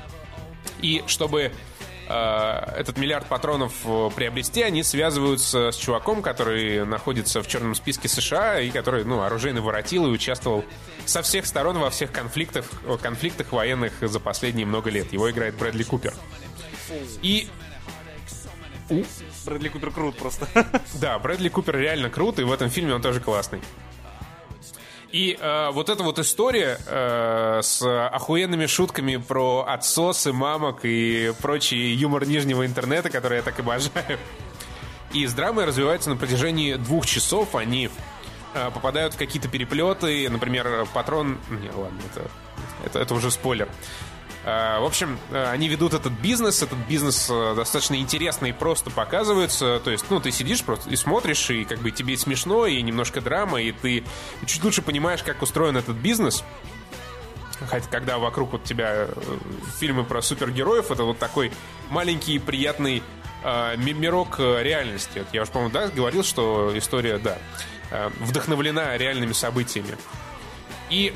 И чтобы этот миллиард патронов приобрести, они связываются с чуваком, который находится в черном списке США и который, оружейный воротил и участвовал со всех сторон во всех конфликтах военных за последние много лет. Его играет Брэдли Купер. И... Брэдли Купер крут просто. Да, Брэдли Купер реально крут, и в этом фильме он тоже классный. И вот эта вот история с охуенными шутками про отсосы, мамок и прочий юмор нижнего интернета, который я так обожаю, И с драмой развивается на протяжении 2 часов. Они попадают в какие-то переплеты. Например, патрон... Не, ладно, это уже спойлер. В общем, они ведут этот бизнес достаточно интересно и просто показывается. То есть, ты сидишь просто и смотришь, и как бы тебе смешно, и немножко драма, и ты чуть лучше понимаешь, как устроен этот бизнес. Хотя, когда вокруг вот тебя фильмы про супергероев, это вот такой маленький приятный мирок реальности. Я уже, по-моему, говорил, что история, вдохновлена реальными событиями. И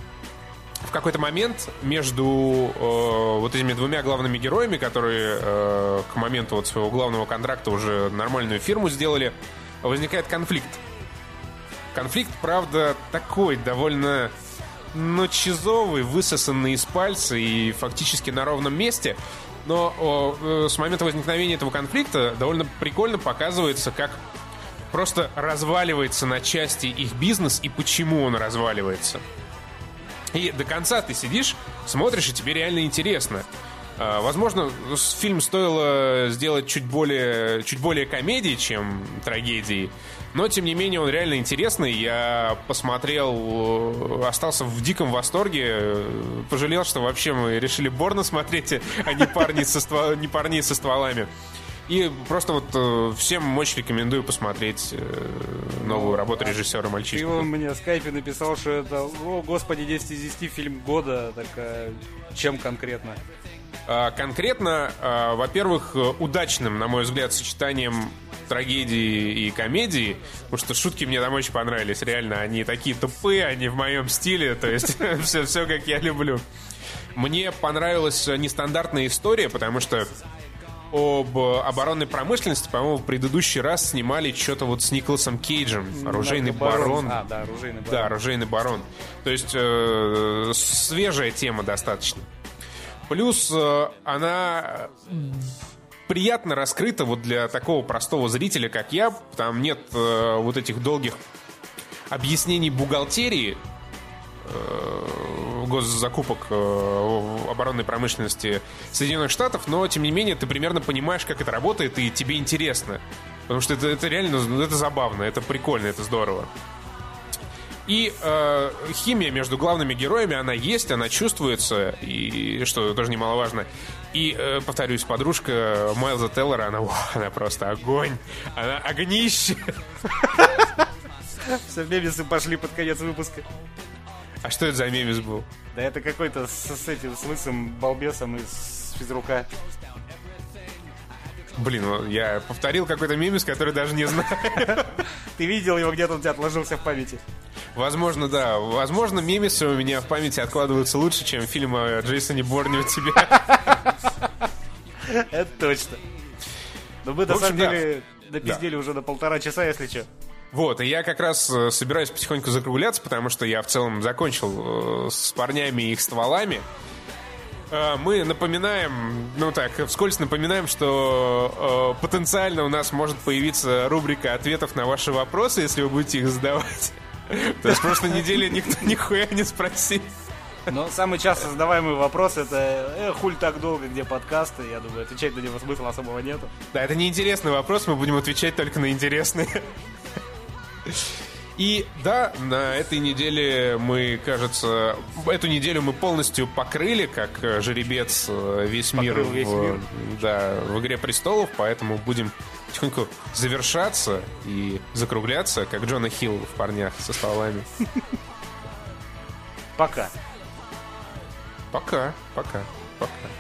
в какой-то момент между вот этими 2 главными героями, которые к моменту вот своего главного контракта уже нормальную фирму сделали, возникает конфликт. Конфликт, правда, такой довольно, чизовый, высосанный из пальца и фактически на ровном месте. Но с момента возникновения этого конфликта довольно прикольно показывается, как просто разваливается на части их бизнес и почему он разваливается. И до конца ты сидишь, смотришь, и тебе реально интересно. Возможно, фильм стоило сделать чуть более комедии, чем трагедии, но, тем не менее, он реально интересный. Я посмотрел, остался в диком восторге, пожалел, что вообще мы решили Борна смотреть, а не парней со стволами. И просто вот всем очень рекомендую посмотреть новую работу режиссера «Мальчишника». Ты мне в скайпе написал, что это, о господи, 10 из 10 фильм года. Так чем конкретно? Конкретно, во-первых, удачным, на мой взгляд, сочетанием трагедии и комедии, потому что шутки мне там очень понравились. Реально, они такие тупые, они в моем стиле, то есть все как я люблю. Мне понравилась нестандартная история, потому что об оборонной промышленности, по-моему, в предыдущий раз снимали что-то вот с Николасом Кейджем. «Оружейный барон». «Оружейный барон». Да, «Оружейный барон». То есть свежая тема достаточно. Плюс она приятно раскрыта вот для такого простого зрителя, как я. Там нет вот этих долгих объяснений бухгалтерии госзакупок оборонной промышленности Соединенных Штатов, но, тем не менее, ты примерно понимаешь, как это работает, и тебе интересно. Потому что это реально, это забавно, это прикольно, это здорово. И химия между главными героями, она есть, она чувствуется, и что тоже немаловажно. И, повторюсь, подружка Майлза Теллера, она просто огонь, она огнище. Все мемесы пошли под конец выпуска. А что это за мемес был? Да это какой-то с этим лысым балбесом из физрука. Блин, я повторил какой-то мемес, который даже не знаю. Ты видел его, где-то он у тебя отложился в памяти? Возможно, да. Возможно, мемесы у меня в памяти откладываются лучше, чем фильм о Джейсоне Борне у тебя. Это точно. Но мы, на самом деле, допиздели уже на 1,5 часа, если что. Вот, и я как раз собираюсь потихоньку закругляться, потому что я в целом закончил с парнями и их стволами. Мы напоминаем, вскользь напоминаем, что потенциально у нас может появиться рубрика ответов на ваши вопросы, если вы будете их задавать. То есть в прошлой неделе никто нихуя не спросил. Но самый часто задаваемый вопрос — это хуль так долго, где подкасты? Я думаю, отвечать на него смысла особого нету. Да, это неинтересный вопрос, мы будем отвечать только на интересные. И да, на этой неделе эту неделю мы полностью покрыли, как жеребец, весь мир в «Игре престолов», поэтому будем потихоньку завершаться и закругляться, как Джона Хилл в «Парнях со стволами». Пока. Пока.